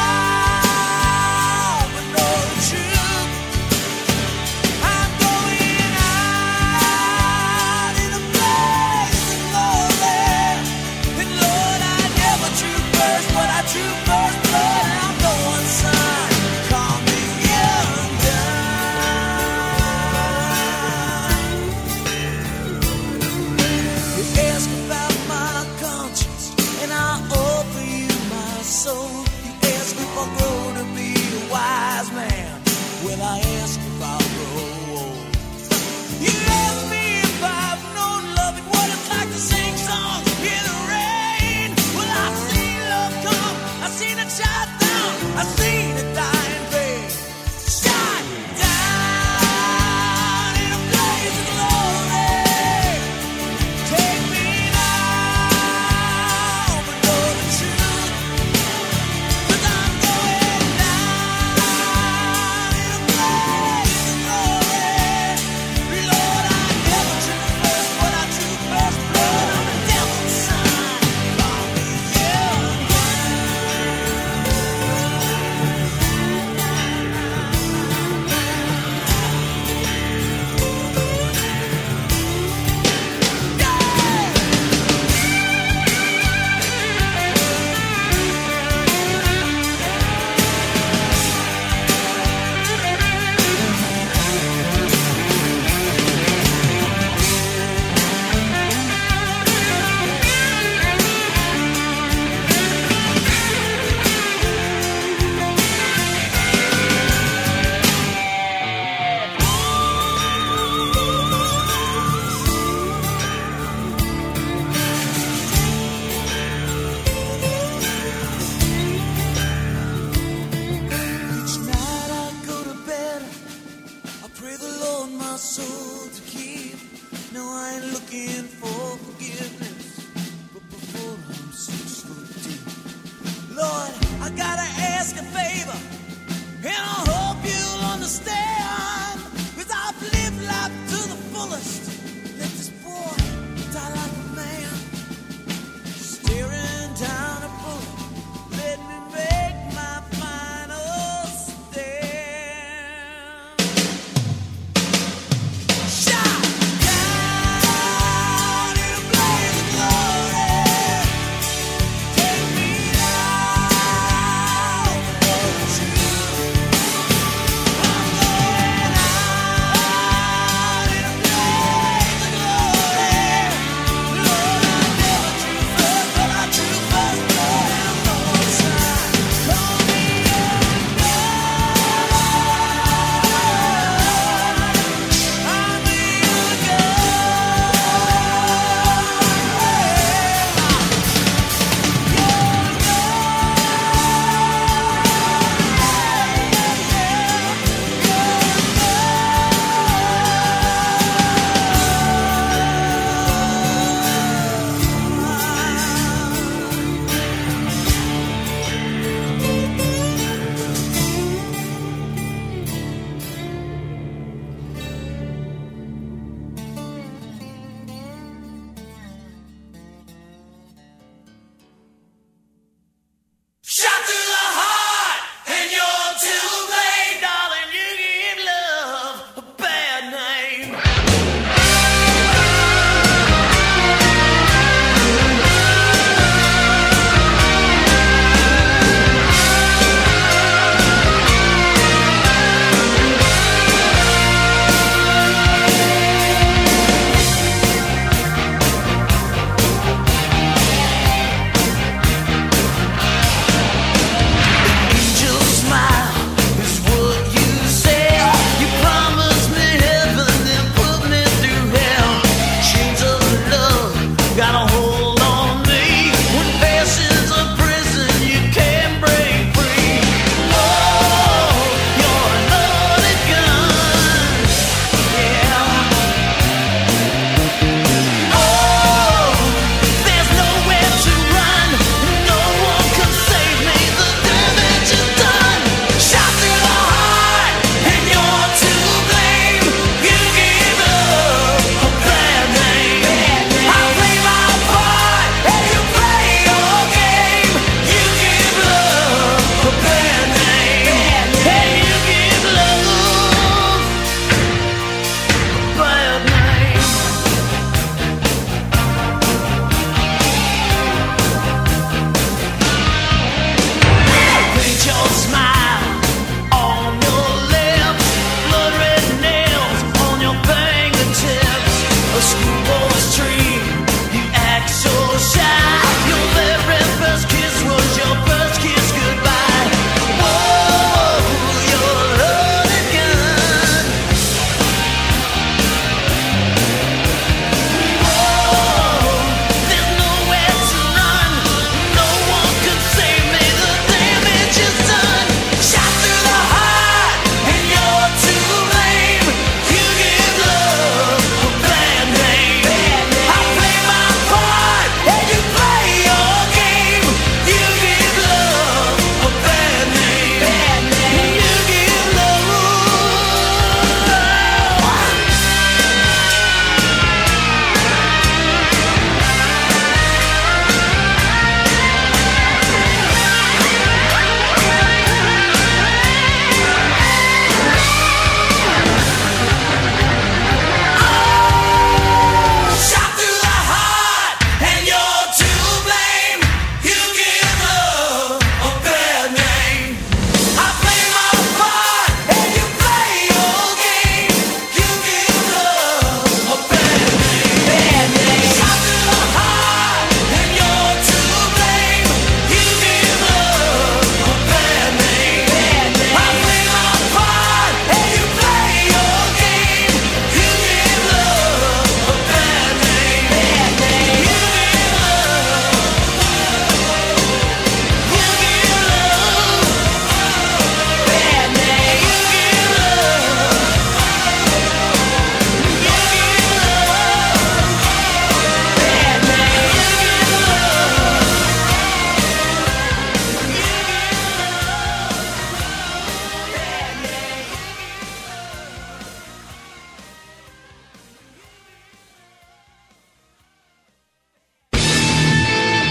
S4: now, but know the truth. I'm going out in a blaze of glory. And Lord, I never drew first, but I drew first blood. And I'm going, son, call me undone. You ask about my conscience, and I offer you my soul. You ask if I'll grow to be a wise man. Well, I ask if I'll grow old. You ask me if I've known love and what it's like to sing songs in the rain. Well, I've seen love come, I've seen it shine down, I've seen it die in vain. Shine down. my soul to keep. No, I ain't looking for forgiveness, but before I'm six foot deep. Lord, I gotta ask a favor, and I hope you'll understand, 'cause I've lived life to the fullest. Let this boy die like a man, staring down a bullet. Let me make my final stand. Shot down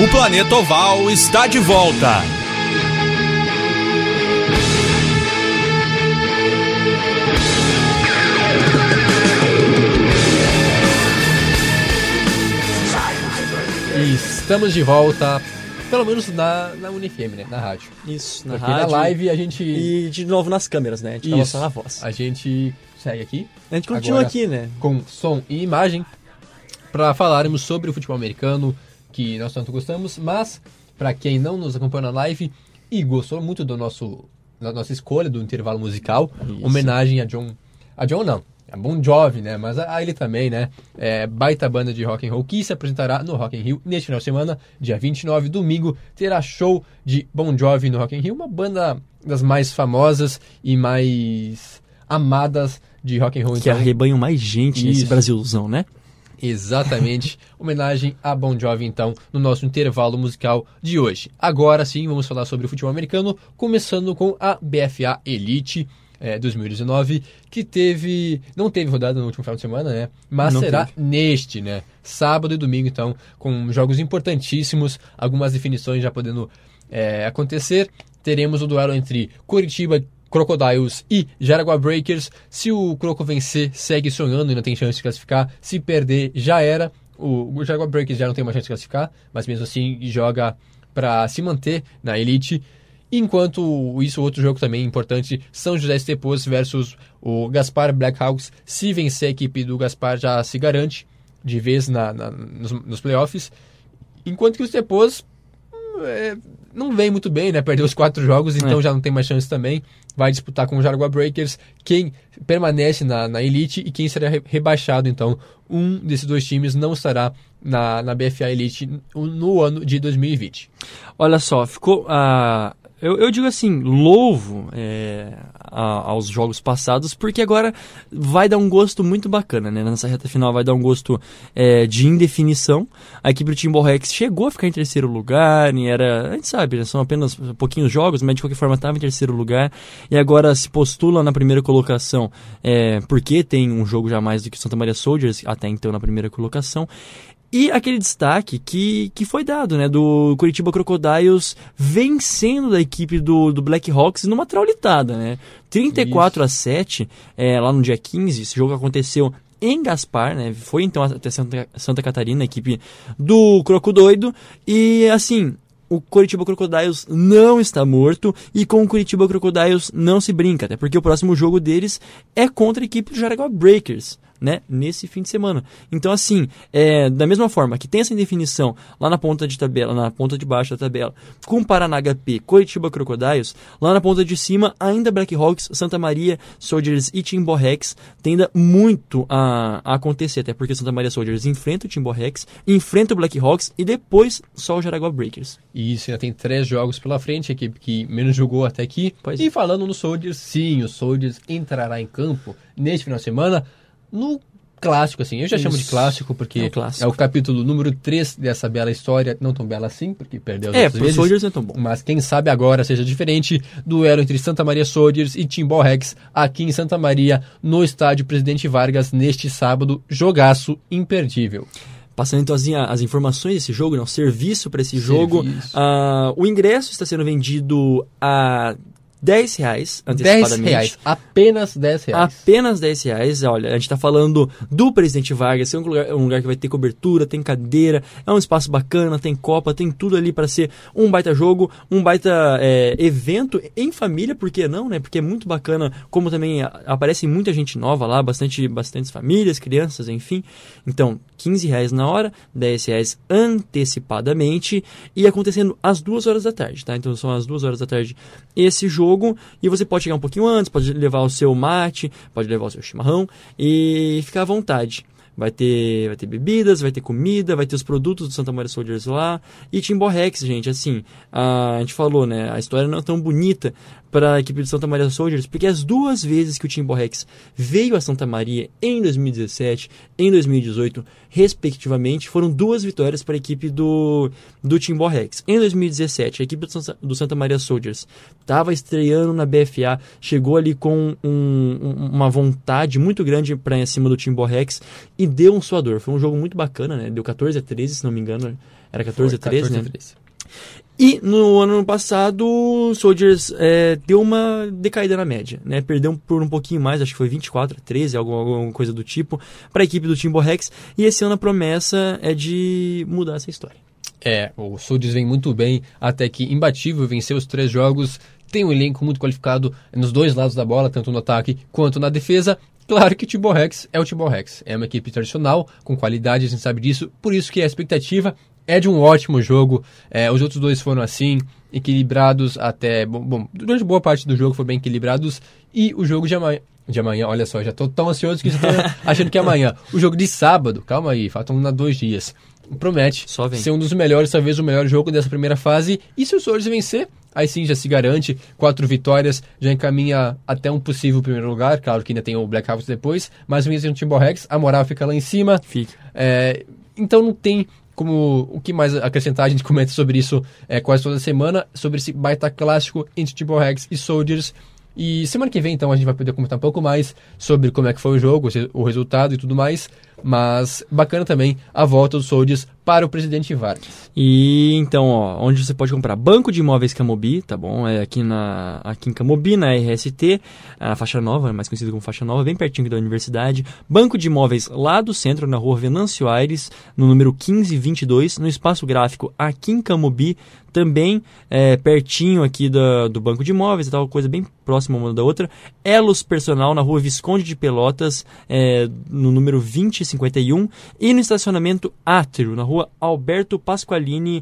S1: O Planeta Oval está de volta.
S2: Estamos de volta, pelo menos na, na Uni F M, né? Na rádio.
S3: Isso, na
S2: Porque
S3: rádio.
S2: na live a gente...
S3: E de novo nas câmeras, né? A gente tava só na voz.
S2: A gente segue aqui.
S3: A gente continua
S2: agora
S3: aqui, né?
S2: Com som e imagem, para falarmos sobre o futebol americano, que nós tanto gostamos, mas para quem não nos acompanha na live e gostou muito do nosso, da nossa escolha do intervalo musical,
S3: Isso.
S2: homenagem a John... A John não. É Bon Jovi, né? Mas a, a ele também, né? É, baita banda de rock and roll que se apresentará no Rock in Rio neste final de semana, dia vinte e nove, domingo, terá show de Bon Jovi no Rock in Rio, uma banda das mais famosas e mais amadas de rock and roll.
S3: Que
S2: então,
S3: arrebanham mais gente nesse
S2: Isso.
S3: Brasilzão, né?
S2: Exatamente. Homenagem a Bon Jovi, então, no nosso intervalo musical de hoje. Agora sim, vamos falar sobre o futebol americano, começando com a B F A Elite é, dois mil e dezenove, que teve, não teve rodada no último final de semana, né? Mas
S3: Não
S2: será
S3: teve.
S2: neste, né? Sábado e domingo, então, com jogos importantíssimos, algumas definições já podendo é, acontecer. Teremos o duelo entre Curitiba Crocodiles e Jaraguá Breakers. Se o Croco vencer, segue sonhando e ainda tem chance de classificar. Se perder, já era. O, o Jaraguá Breakers já não tem uma chance de classificar, mas mesmo assim joga para se manter na Elite. Enquanto isso, outro jogo também importante, São José Estepos versus o Gaspar Blackhawks. Se vencer, a equipe do Gaspar já se garante de vez na, na, nos, nos playoffs. Enquanto que o Estepos é, não vem muito bem, né? Perdeu os quatro jogos, então
S3: É.
S2: já não tem mais chance também. Vai disputar com o Jaraguá Breakers, quem permanece na, na Elite e quem será re- rebaixado. Então, um desses dois times não estará na, na B F A Elite no ano de dois mil e vinte.
S3: Olha só, ficou... ah, eu, eu digo assim, louvo é, a- aos jogos passados, porque agora vai dar um gosto muito bacana, né? Nessa reta final vai dar um gosto é, de indefinição. A equipe do Timbal Rex chegou a ficar em terceiro lugar, e era, a gente sabe, né, são apenas pouquinhos jogos, mas de qualquer forma estava em terceiro lugar, e agora se postula na primeira colocação, é, porque tem um jogo já mais do que o Santa Maria Soldiers, até então na primeira colocação. E aquele destaque que, que foi dado, né, do Curitiba Crocodiles vencendo da equipe do, do Black Hawks numa traulitada, né, trinta e quatro a sete, é, lá no dia quinze, esse jogo aconteceu em Gaspar, né, foi então até Santa, Santa Catarina, a equipe do Croco Doido, e assim... O Curitiba Crocodiles não está morto e com o Curitiba Crocodiles não se brinca, até porque o próximo jogo deles é contra a equipe do Jaraguá Breakers, né, nesse fim de semana. Então, assim, é, da mesma forma que tem essa indefinição lá na ponta de tabela, na ponta de baixo da tabela, com Paraná H P, Curitiba Crocodiles, lá na ponta de cima, ainda Black Hawks, Santa Maria Soldiers e Timbal Rex, tem ainda muito a, a acontecer, até porque Santa Maria Soldiers enfrenta o Timbal Rex, enfrenta o Black Hawks e depois só o Jaraguá Breakers.
S2: E isso, ainda tem três jogos pela frente, a equipe que menos jogou até aqui.
S3: Pois
S2: e
S3: é.
S2: falando no Soldiers, sim, o Soldiers entrará em campo neste final de semana no clássico, assim. Eu já chamo de
S3: Isso.
S2: clássico porque
S3: É o clássico.
S2: é o capítulo número três dessa bela história. Não tão bela assim, porque perdeu as
S3: É,
S2: outras
S3: pro
S2: vezes.
S3: Soldiers não é tão bom.
S2: Mas quem sabe agora seja diferente. Duelo entre Santa Maria Soldiers e Timbal Rex aqui em Santa Maria, no estádio Presidente Vargas, neste sábado. Jogaço imperdível.
S3: Passando então as, as informações desse jogo, não, serviço para esse jogo.
S2: Serviço.
S3: Ah, o ingresso está sendo vendido a dez reais
S2: dez
S3: antecipadamente.
S2: reais. Apenas dez reais.
S3: Apenas dez reais. Olha, a gente está falando do Presidente Vargas, que é um lugar, um lugar que vai ter cobertura, tem cadeira, é um espaço bacana, tem copa, tem tudo ali para ser um baita jogo, um baita é, evento em família, por que não, né? Porque é muito bacana, como também a- aparece muita gente nova lá, bastante, bastantes famílias, crianças, enfim. Então, quinze reais na hora, dez reais antecipadamente e acontecendo às duas horas da tarde, tá? Então são às duas horas da tarde esse jogo e você pode chegar um pouquinho antes, pode levar o seu mate, pode levar o seu chimarrão e ficar à vontade. Vai ter, vai ter bebidas, vai ter comida, vai ter os produtos do Santa Maria Soldiers lá. E Timbal Rex, gente, assim, a, a gente falou, né? A história não é tão bonita para a equipe de Santa Maria Soldiers, porque as duas vezes que o Timbal Rex veio a Santa Maria em dois mil e dezessete, em dois mil e dezoito, respectivamente, foram duas vitórias para a equipe do, do Timbal Rex. Em dois mil e dezessete, a equipe do Santa, do Santa Maria Soldiers estava estreando na B F A, chegou ali com um, um, uma vontade muito grande para ir acima do Timbal Rex e e deu um suador. Foi um jogo muito bacana, né? Deu quatorze a treze, se não me engano. Era quatorze a treze, né? E no ano passado, o Soldiers é, deu uma decaída na média, né? Perdeu por um pouquinho mais, acho que foi vinte e quatro a treze, alguma, alguma coisa do tipo, para a equipe do Timberhawks. E esse ano a promessa é de mudar essa história.
S2: É, o Soldiers vem muito bem, até que imbatível, venceu os três jogos, tem um elenco muito qualificado nos dois lados da bola, tanto no ataque quanto na defesa. Claro que o Timberhawks é o Timberhawks, é uma equipe tradicional, com qualidade, a gente sabe disso, por isso que a expectativa é de um ótimo jogo. É, os outros dois foram assim, equilibrados até... Bom, bom, durante boa parte do jogo foram bem equilibrados. E o jogo de amanhã... De amanhã, olha só, já tô tão ansioso que já tô achando que é amanhã. O jogo de sábado, calma aí, faltam ainda dois dias. Promete
S3: Só vem.
S2: ser um dos melhores, talvez o melhor jogo dessa primeira fase. E se o Soldiers vencer, aí sim já se garante. Quatro vitórias, já encaminha até um possível primeiro lugar. Claro que ainda tem o Blackhawks depois. Mas vencer no Timberhawks, a moral fica lá em cima.
S3: Fica.
S2: É, então não tem... Como o que mais acrescentar, a gente comenta sobre isso é, quase toda semana, sobre esse baita clássico entre Timberhawks e Soldiers. E semana que vem, então, a gente vai poder comentar um pouco mais sobre como é que foi o jogo, o resultado e tudo mais. Mas bacana também a volta dos Soldiers para o Presidente Vargas.
S3: E então, ó, onde você pode comprar? Banco de Imóveis Camobi, tá bom? É aqui, na, aqui em Camobi, na R S T, a faixa nova, mais conhecido como faixa nova, bem pertinho aqui da universidade. Banco de Imóveis lá do centro, na rua Venâncio Aires, no número quinze vinte e dois, no espaço gráfico aqui em Camobi, também é, pertinho aqui da, do Banco de Imóveis e tal, coisa bem próxima uma da outra. Elos Personal, na rua Visconde de Pelotas, é, no número vinte e cinquenta e um, e no estacionamento Átrio, na rua Alberto Pasqualini,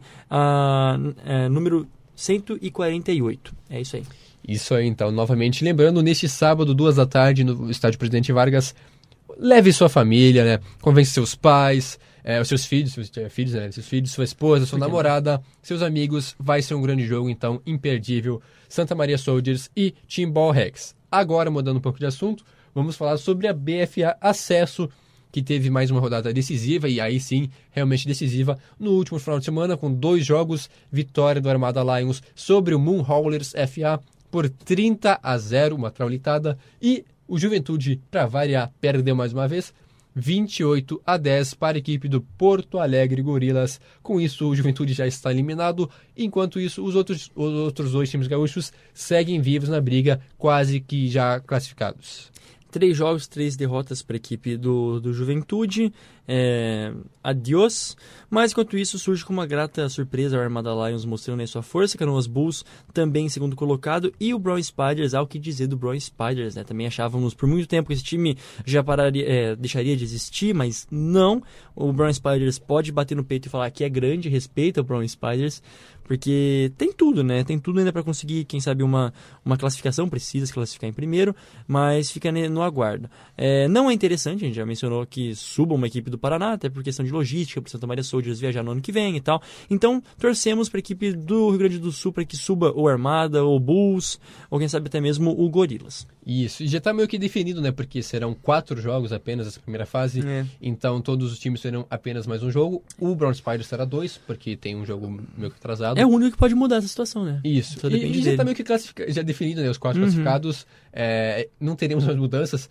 S3: a, a, número cento e quarenta e oito. É isso aí.
S2: Isso aí, então, novamente, lembrando, neste sábado, duas da tarde, no estádio Presidente Vargas, leve sua família, né? Convence seus pais, é, os seus filhos, se você tiver filhos, né? Seus filhos, sua esposa, sua namorada, seus amigos. Vai ser um grande jogo, então, imperdível. Santa Maria Soldiers e Timberhawks. Agora, mudando um pouco de assunto, vamos falar sobre a B F A Acesso, que teve mais uma rodada decisiva, e aí sim, realmente decisiva, no último final de semana, com dois jogos, vitória do Armada Lions sobre o Moon Howlers F A por trinta a zero, uma traulitada, e o Juventude, para variar, perdeu mais uma vez, vinte e oito a dez para a equipe do Porto Alegre Gorilas. Com isso, o Juventude já está eliminado, enquanto isso, os outros, os outros dois times gaúchos seguem vivos na briga, quase que já classificados.
S3: Três jogos, três derrotas para a equipe do, do Juventude. É, adiós. Mas enquanto isso, surge com uma grata surpresa o Armada Lions mostrando aí sua força. Canoas Bulls também em segundo colocado. E o Brown Spiders, ao que dizer do Brown Spiders, né? Também achávamos por muito tempo que esse time já pararia, é, deixaria de existir, mas não. O Brown Spiders pode bater no peito e falar que é grande, respeita o Brown Spiders, porque tem tudo, né? Tem tudo ainda para conseguir, quem sabe, uma, uma classificação. Precisa se classificar em primeiro, mas fica no aguardo. É, não é interessante, a gente já mencionou que suba uma equipe do Paraná, até por questão de logística, para Santa Maria Soldiers viajar no ano que vem e tal. Então, torcemos para a equipe do Rio Grande do Sul para que suba o Armada, o Bulls, ou quem sabe até mesmo o Gorilas.
S2: Isso, e já está meio que definido, né? Porque serão quatro jogos apenas essa primeira fase,
S3: É.
S2: então todos os times terão apenas mais um jogo. O Brown Spiders será dois, porque tem um jogo meio que atrasado.
S3: É o único que pode mudar essa situação, né?
S2: Isso,
S3: Só
S2: e,
S3: depende
S2: e já
S3: dele.
S2: está meio que classifica, já definido, né? Os quatro
S3: Uhum.
S2: classificados, é, não teremos mais mudanças,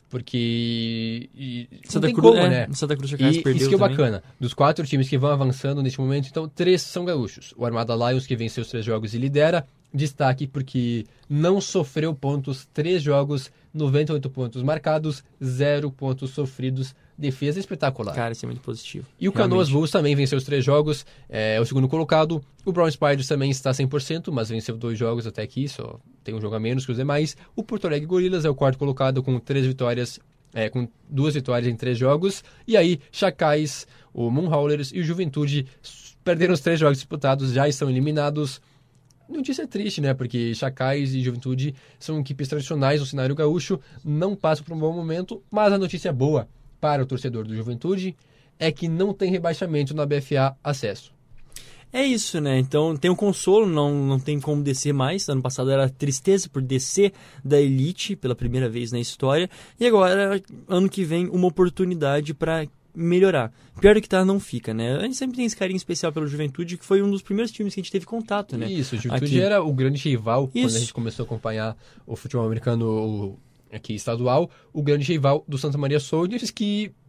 S2: porque e, não
S3: Santa
S2: tem
S3: Cruz,
S2: como,
S3: é,
S2: né?
S3: Santa Cruz Chacais
S2: E
S3: perdeu
S2: isso que é
S3: também.
S2: bacana. Dos quatro times que vão avançando neste momento, então três são gaúchos. O Armada Lions, que venceu os três jogos e lidera. Destaque porque não sofreu pontos, três jogos, noventa e oito pontos marcados, zero pontos sofridos. Defesa espetacular.
S3: Cara, isso é muito positivo.
S2: E o
S3: realmente.
S2: Canoas Bulls também venceu os três jogos, é o segundo colocado. O Brown Spiders também está cem por cento, mas venceu dois jogos até aqui, só tem um jogo a menos que os demais. O Porto Alegre Gorilas é o quarto colocado com três vitórias, é, com duas vitórias em três jogos. E aí, Chacais, o Moon Howlers e o Juventude perderam os três jogos disputados, já estão eliminados. Notícia triste, né? Porque Chacais e Juventude são equipes tradicionais no cenário gaúcho, não passam por um bom momento, mas a notícia boa para o torcedor do Juventude é que não tem rebaixamento na B F A Acesso.
S3: É isso, né? Então tem um consolo, não, não tem como descer mais. Ano passado era tristeza por descer da elite pela primeira vez na história. E agora, ano que vem, uma oportunidade para melhorar. Pior do que tá, não fica, né? A gente sempre tem esse carinho especial pelo Juventude, que foi um dos primeiros times que a gente teve contato, né?
S2: Isso, o Juventude
S3: Aqui.
S2: era o grande rival
S3: Isso.
S2: quando a gente começou a acompanhar o futebol americano o, aqui estadual, o grande rival do Santa Maria Soldiers, que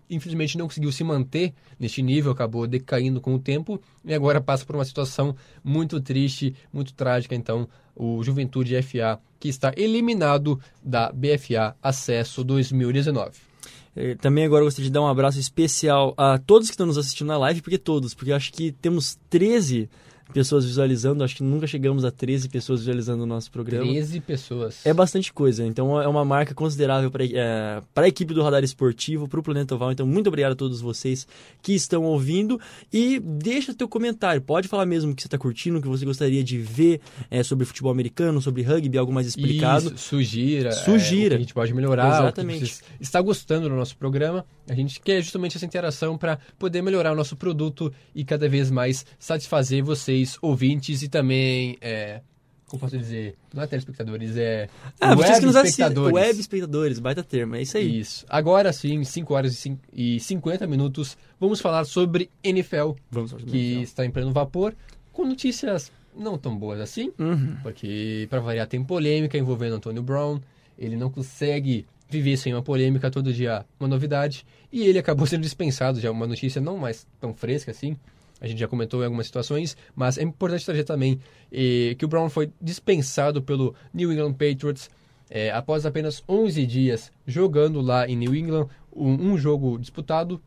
S2: infelizmente não conseguiu se manter neste nível, acabou decaindo com o tempo e agora passa por uma situação muito triste, muito trágica. Então, o Juventude F A, que está eliminado da B F A Acesso dois mil e dezenove.
S3: Também agora eu gostaria de dar um abraço especial a todos que estão nos assistindo na live, porque todos, porque eu acho que temos treze pessoas visualizando, acho que nunca chegamos a treze pessoas visualizando o nosso programa.
S2: treze pessoas.
S3: É bastante coisa, então é uma marca considerável para é, a equipe do Radar Esportivo, para o Planeta Oval. Então, muito obrigado a todos vocês que estão ouvindo e deixa teu comentário, pode falar mesmo o que você está curtindo, o que você gostaria de ver é, sobre futebol americano, sobre rugby, algo mais explicado.
S2: Isso, sugira.
S3: Sugira.
S2: É, o que a gente pode melhorar,
S3: Exatamente.
S2: O que você está gostando do nosso programa. A gente quer justamente essa interação para poder melhorar o nosso produto e cada vez mais satisfazer vocês, ouvintes, e também, é, como posso dizer, não é telespectadores, é
S3: ah,
S2: web
S3: vocês que nos
S2: espectadores.
S3: assistem, web espectadores, baita termo, é isso aí.
S2: Isso. Agora sim, cinco horas e cinquenta minutos, vamos falar sobre N F L,
S3: Vamos falar sobre
S2: que
S3: N F L.
S2: está em pleno vapor, com notícias não tão boas assim,
S3: Uhum.
S2: porque, para variar, tem polêmica envolvendo Antonio Brown, ele não consegue viver sem uma polêmica, todo dia uma novidade, e ele acabou sendo dispensado, já uma notícia não mais tão fresca assim, a gente já comentou em algumas situações, mas é importante trazer também eh, que o Brown foi dispensado pelo New England Patriots eh, após apenas onze dias jogando lá em New England, um, um jogo disputado,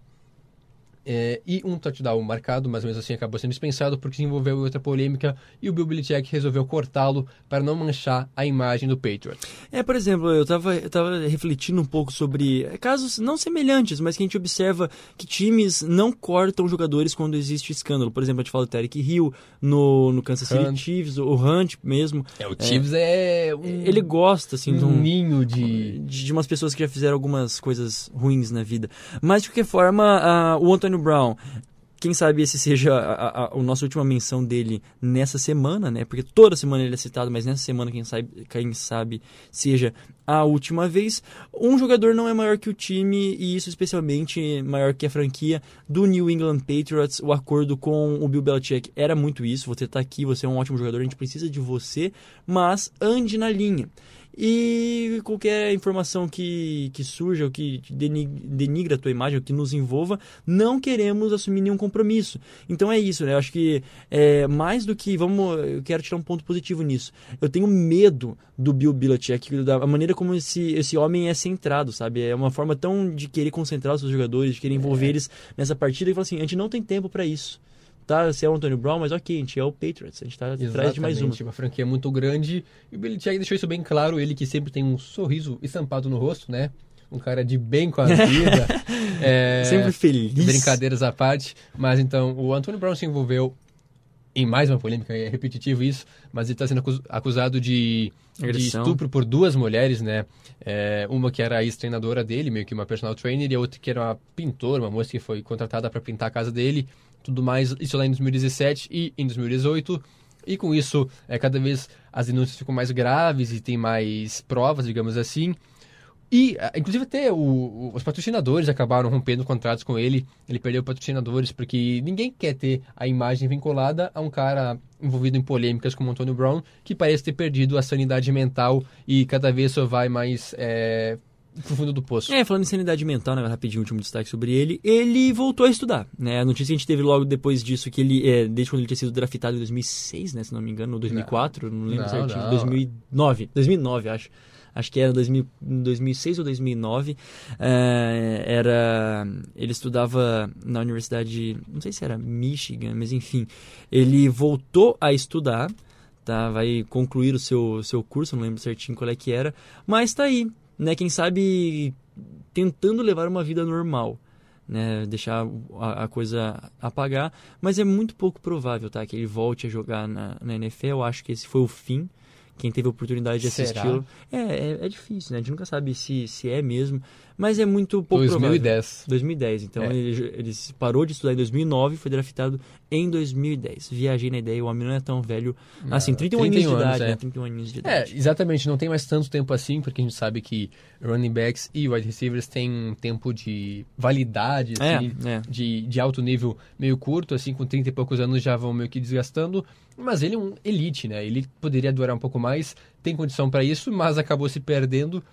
S2: É, e um touchdown marcado, mas mesmo assim acabou sendo dispensado porque se envolveu em outra polêmica e o Bill Belichick resolveu cortá-lo para não manchar a imagem do Patriots.
S3: É, por exemplo, eu estava eu tava refletindo um pouco sobre casos não semelhantes, mas que a gente observa que times não cortam jogadores quando existe escândalo. Por exemplo, a gente fala do Tyreek Hill no, no Kansas City
S2: Hunt.
S3: Chiefs, o Hunt mesmo.
S2: É, o Chiefs é, é um,
S3: Ele gosta, assim, de
S2: um
S3: um...
S2: ninho de...
S3: de de umas pessoas que já fizeram algumas coisas ruins na vida. Mas, de qualquer forma, uh, o Antonio Brown, quem sabe esse seja a, a, a nossa última menção dele nessa semana, né? Porque toda semana ele é citado, mas nessa semana, quem sabe, quem sabe seja a última vez. Um jogador não é maior que o time, e isso especialmente maior que a franquia do New England Patriots. O acordo com o Bill Belichick era muito isso: você tá aqui, você é um ótimo jogador, a gente precisa de você, mas ande na linha. E qualquer informação que, que surja, ou que denigra a tua imagem, ou que nos envolva, não queremos assumir nenhum compromisso. Então é isso, né? Eu acho que é, mais do que... vamos, eu quero tirar um ponto positivo nisso. Eu tenho medo do Bill Belichick, da maneira como esse, esse homem é centrado, sabe? É uma forma tão de querer concentrar os seus jogadores, de querer envolver é. eles nessa partida, e falar assim, a gente não tem tempo para isso. Tá, você é o Antonio Brown, mas ok, a gente é o Patriots, a gente tá atrás de mais uma.
S2: Uma franquia muito grande, e o Belichick deixou isso bem claro, ele que sempre tem um sorriso estampado no rosto, né? Um cara de bem com a vida. é,
S3: sempre feliz.
S2: Brincadeiras à parte, mas então, o Antonio Brown se envolveu em mais uma polêmica, é repetitivo isso, mas ele está sendo acusado de, de estupro por duas mulheres, né? É, uma que era a ex-treinadora dele, meio que uma personal trainer, e a outra que era uma pintora, uma moça que foi contratada para pintar a casa dele, tudo mais, isso lá em dois mil e dezessete e em dois mil e dezoito, e com isso, é, cada vez as denúncias ficam mais graves e tem mais provas, digamos assim. E, inclusive, até o, os patrocinadores acabaram rompendo contratos com ele. Ele perdeu patrocinadores porque ninguém quer ter a imagem vinculada a um cara envolvido em polêmicas como o Antonio Brown, que parece ter perdido a sanidade mental e cada vez só vai mais é, pro fundo do poço.
S3: É, falando em sanidade mental, né, rapidinho, último destaque sobre ele, ele voltou a estudar, né? A notícia que a gente teve logo depois disso, que ele, é, desde quando ele tinha sido draftado em dois mil e seis, né, se não me engano, ou dois mil e quatro, não, não lembro
S2: não,
S3: certinho,
S2: não.
S3: dois mil e nove, dois mil e nove, acho. Acho que era dois mil, dois mil e seis ou dois mil e nove, é, era, ele estudava na universidade, não sei se era Michigan, mas enfim, ele voltou a estudar, tá? Vai concluir o seu, seu curso, não lembro certinho qual é que era, mas tá aí, né? Quem sabe tentando levar uma vida normal, né? Deixar a, a coisa apagar, mas é muito pouco provável, tá? Que ele volte a jogar na, na N F L. Eu acho que esse foi o fim. Quem teve a oportunidade de assisti-lo. É, é, é difícil, né? A gente nunca sabe se, se é mesmo, mas é muito pouco
S2: dois mil e dez.
S3: provável. dois mil e dez. Então,
S2: é.
S3: ele, ele parou de estudar em dois mil e nove e foi draftado em dois mil e dez. Viajei na ideia, o homem não é tão velho. Não, assim, trinta e um anos de idade,
S2: é.
S3: né? trinta e um anos de idade.
S2: É, exatamente. Não tem mais tanto tempo assim, porque a gente sabe que running backs e wide receivers têm um tempo de validade, assim,
S3: é, é.
S2: De, de alto nível meio curto, assim, com trinta e poucos anos já vão meio que desgastando. Mas ele é um elite, né? Ele poderia durar um pouco mais, tem condição para isso, mas acabou se perdendo.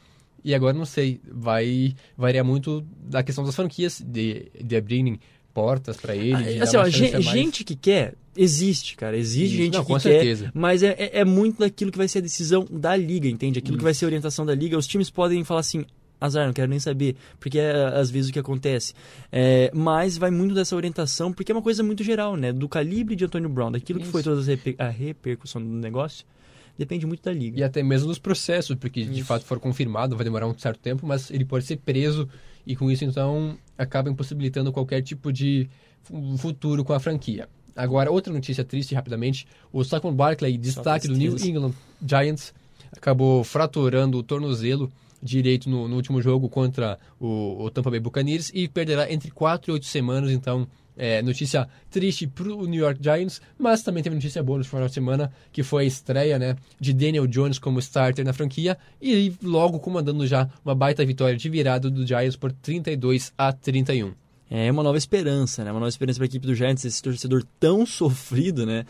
S2: E agora não sei, vai variar muito da questão das franquias, de, de abrirem portas para ele.
S3: Ah,
S2: de
S3: assim,
S2: dar
S3: ó,
S2: uma
S3: gente,
S2: chance a mais.
S3: gente que quer, existe, cara. Existe
S2: Existe.
S3: gente
S2: Não,
S3: que
S2: com
S3: quer,
S2: certeza.
S3: mas é, é, é muito daquilo que vai ser a decisão da liga, entende? Aquilo
S2: Isso.
S3: que vai ser a orientação da liga. Os times podem falar assim, azar, não quero nem saber, porque é às vezes o que acontece. É, mas vai muito dessa orientação, porque é uma coisa muito geral, né? Do calibre de Antonio Brown, daquilo que
S2: Isso.
S3: foi toda a, reper- a repercussão do negócio, depende muito da liga.
S2: E até mesmo dos processos, porque de
S3: Isso.
S2: fato for confirmado, vai demorar um certo tempo, mas ele pode ser preso e com isso então acaba impossibilitando qualquer tipo de fu- futuro com a franquia. Agora, outra notícia triste rapidamente, o Saquon Barkley, destaque do New
S3: tristeza.
S2: England Giants, acabou fraturando o tornozelo direito no, no último jogo contra o, o Tampa Bay Buccaneers e perderá entre quatro e oito semanas, então é, notícia triste para o New York Giants, mas também teve notícia boa no final de semana, que foi a estreia, né, de Daniel Jones como starter na franquia e logo comandando já uma baita vitória de virada do Giants por trinta e dois a trinta e um.
S3: É uma nova esperança, né? Uma nova esperança para a equipe do Giants, esse torcedor tão sofrido, né?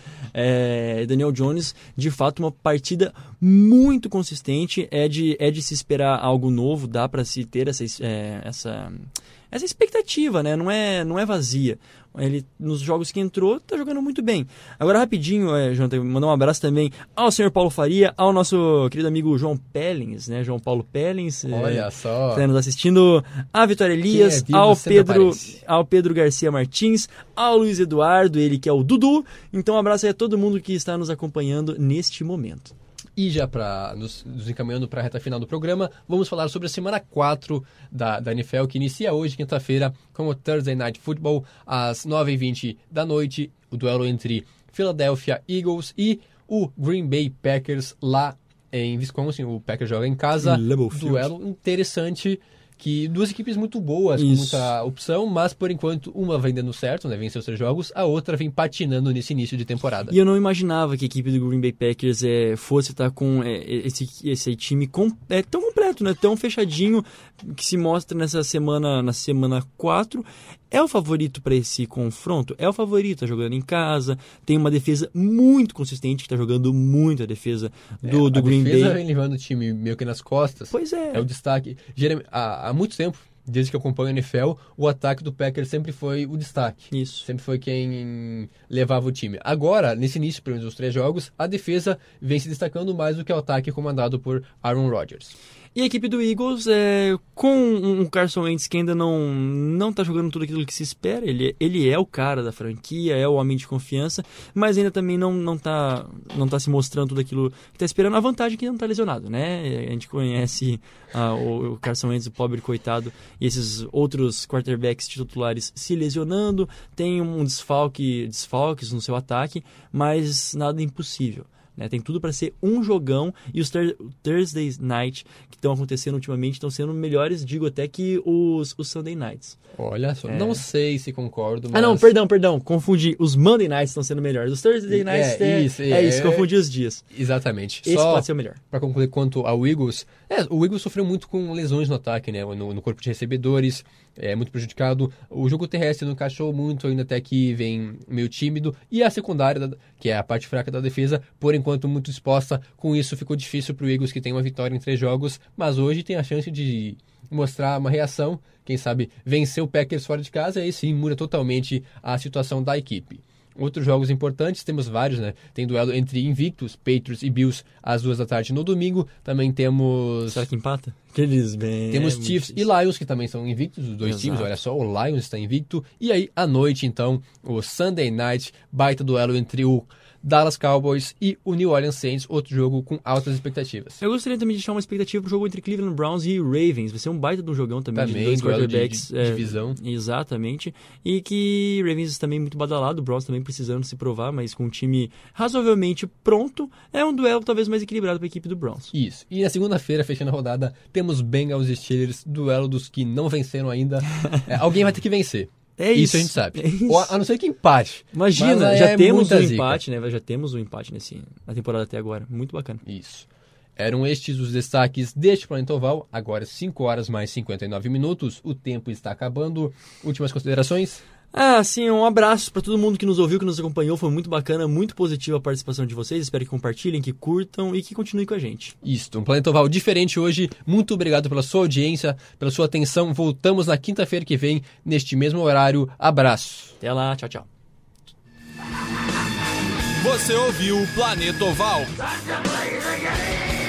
S3: É, Daniel Jones, de fato, uma partida muito consistente. É de, é de se esperar algo novo, dá para se ter essa, é, essa, essa expectativa, né? Não é, não é vazia. Ele, nos jogos que entrou, tá jogando muito bem. Agora, rapidinho, é, Jonathan, mandar um abraço também ao senhor Paulo Faria, ao nosso querido amigo João Pellins, né? João Paulo Pellins.
S2: Olha
S3: é,
S2: só.
S3: Tá nos assistindo, a Vitória Elias,
S2: Quem é vivo
S3: ao,
S2: sempre
S3: Pedro,
S2: aparece.
S3: ao Pedro Garcia Martins, ao Luiz Eduardo, ele que é o Dudu. Então, um abraço aí a todo mundo que está nos acompanhando neste momento.
S2: E já para nos, nos encaminhando para a reta final do programa, vamos falar sobre a semana quatro da, da N F L, que inicia hoje, quinta-feira, com o Thursday Night Football, às nove e vinte da noite, o duelo entre Philadelphia Eagles e o Green Bay Packers lá em Wisconsin. O Packers joga em casa,
S3: Em Lambeau Field.
S2: duelo interessante, que duas equipes muito boas, com
S3: Isso.
S2: muita opção, mas por enquanto uma vem dando certo, né, venceu seus jogos, a outra vem patinando nesse início de temporada.
S3: E eu não imaginava que a equipe do Green Bay Packers é, fosse estar com é, esse, esse time com, é, tão completo, né? Tão fechadinho, que se mostra nessa semana, na semana quatro. É o favorito para esse confronto? É o favorito, tá jogando em casa, tem uma defesa muito consistente, que tá jogando muito a defesa do,
S2: É,
S3: do
S2: a
S3: Green
S2: defesa
S3: Bay.
S2: vem levando o time meio que nas costas.
S3: Pois é.
S2: É o destaque. Geralme- Há, há muito tempo, desde que eu acompanho a N F L, o ataque do Packers sempre foi o destaque.
S3: Isso.
S2: Sempre foi quem levava o time. Agora, nesse início, pelo menos os três jogos, a defesa vem se destacando mais do que o ataque comandado por Aaron Rodgers.
S3: E a equipe do Eagles, é, com um Carson Wentz que ainda não, não tá jogando tudo aquilo que se espera, ele, ele é o cara da franquia, é o homem de confiança, mas ainda também não, não, tá, não tá se mostrando tudo aquilo que tá esperando. A vantagem é que não tá lesionado, né? A gente conhece ah, o, o Carson Wentz, o pobre coitado, e esses outros quarterbacks titulares se lesionando, tem um desfalque, desfalques no seu ataque, mas nada impossível. Né, tem tudo para ser um jogão, e os thir- Thursday Night que estão acontecendo ultimamente estão sendo melhores, digo até que os, os Sunday Nights.
S2: Olha só,
S3: É.
S2: não sei se concordo, mas...
S3: Ah não, perdão, perdão, confundi. Os Monday Nights estão sendo melhores. Os Thursday Nights
S2: É,
S3: é,
S2: isso,
S3: é,
S2: é.
S3: isso, confundi os dias.
S2: Exatamente.
S3: Esse
S2: Só
S3: pode ser o melhor.
S2: para concluir quanto ao Eagles, é, o Eagles sofreu muito com lesões no ataque, né, no, no corpo de recebedores, é muito prejudicado. O jogo terrestre não encaixou muito, ainda até que vem meio tímido. E a secundária, da- que é a parte fraca da defesa, por enquanto muito exposta. Com isso ficou difícil para o Eagles, que tem uma vitória em três jogos, mas hoje tem a chance de mostrar uma reação, quem sabe vencer o Packers fora de casa, e aí sim muda totalmente a situação da equipe. Outros jogos importantes, temos vários, né? Tem duelo entre invictos, Patriots e Bills, às duas da tarde no domingo. Também temos...
S3: Será que empata? Aqueles bem.
S2: Temos
S3: é muito
S2: Chiefs e
S3: difícil.
S2: Lions, que também são invictos, os dois
S3: Exato.
S2: times. Olha só, o Lions está invicto. E aí, à noite, então, o Sunday Night, baita duelo entre o Dallas Cowboys e o New Orleans Saints, outro jogo com altas expectativas.
S3: Eu gostaria também de deixar uma expectativa pro jogo entre Cleveland Browns e Ravens. Vai ser um baita de um jogão também,
S2: Também,
S3: de dois
S2: duelo de-
S3: quarterbacks.
S2: de
S3: é,
S2: divisão.
S3: Exatamente. E que Ravens também muito badalado, o Browns também precisando se provar, mas com um time razoavelmente pronto. É um duelo talvez mais equilibrado para a equipe do Browns.
S2: Isso. E na segunda-feira, fechando a rodada, temos Bengals e Steelers, duelo dos que não venceram ainda. É, alguém vai ter que vencer.
S3: É
S2: isso.
S3: isso.
S2: a gente sabe.
S3: É isso.
S2: Ou a, a não ser que empate.
S3: Imagina,
S2: Mas
S3: já
S2: é
S3: temos
S2: muita
S3: um
S2: zica.
S3: empate, né? Já temos um empate nesse, na temporada até agora. Muito bacana.
S2: Isso. Eram estes os destaques deste Planeta Oval. Agora cinco horas mais cinquenta e nove minutos. O tempo está acabando. Últimas considerações?
S3: Ah, sim, um abraço pra todo mundo que nos ouviu, que nos acompanhou. Foi muito bacana, muito positiva a participação de vocês. Espero que compartilhem, que curtam e que continuem com a gente.
S2: Isso, um Planeta Oval diferente hoje. Muito obrigado pela sua audiência, pela sua atenção. Voltamos na quinta-feira que vem, neste mesmo horário. Abraço.
S3: Até lá, tchau, tchau.
S1: Você ouviu o Planeta Oval.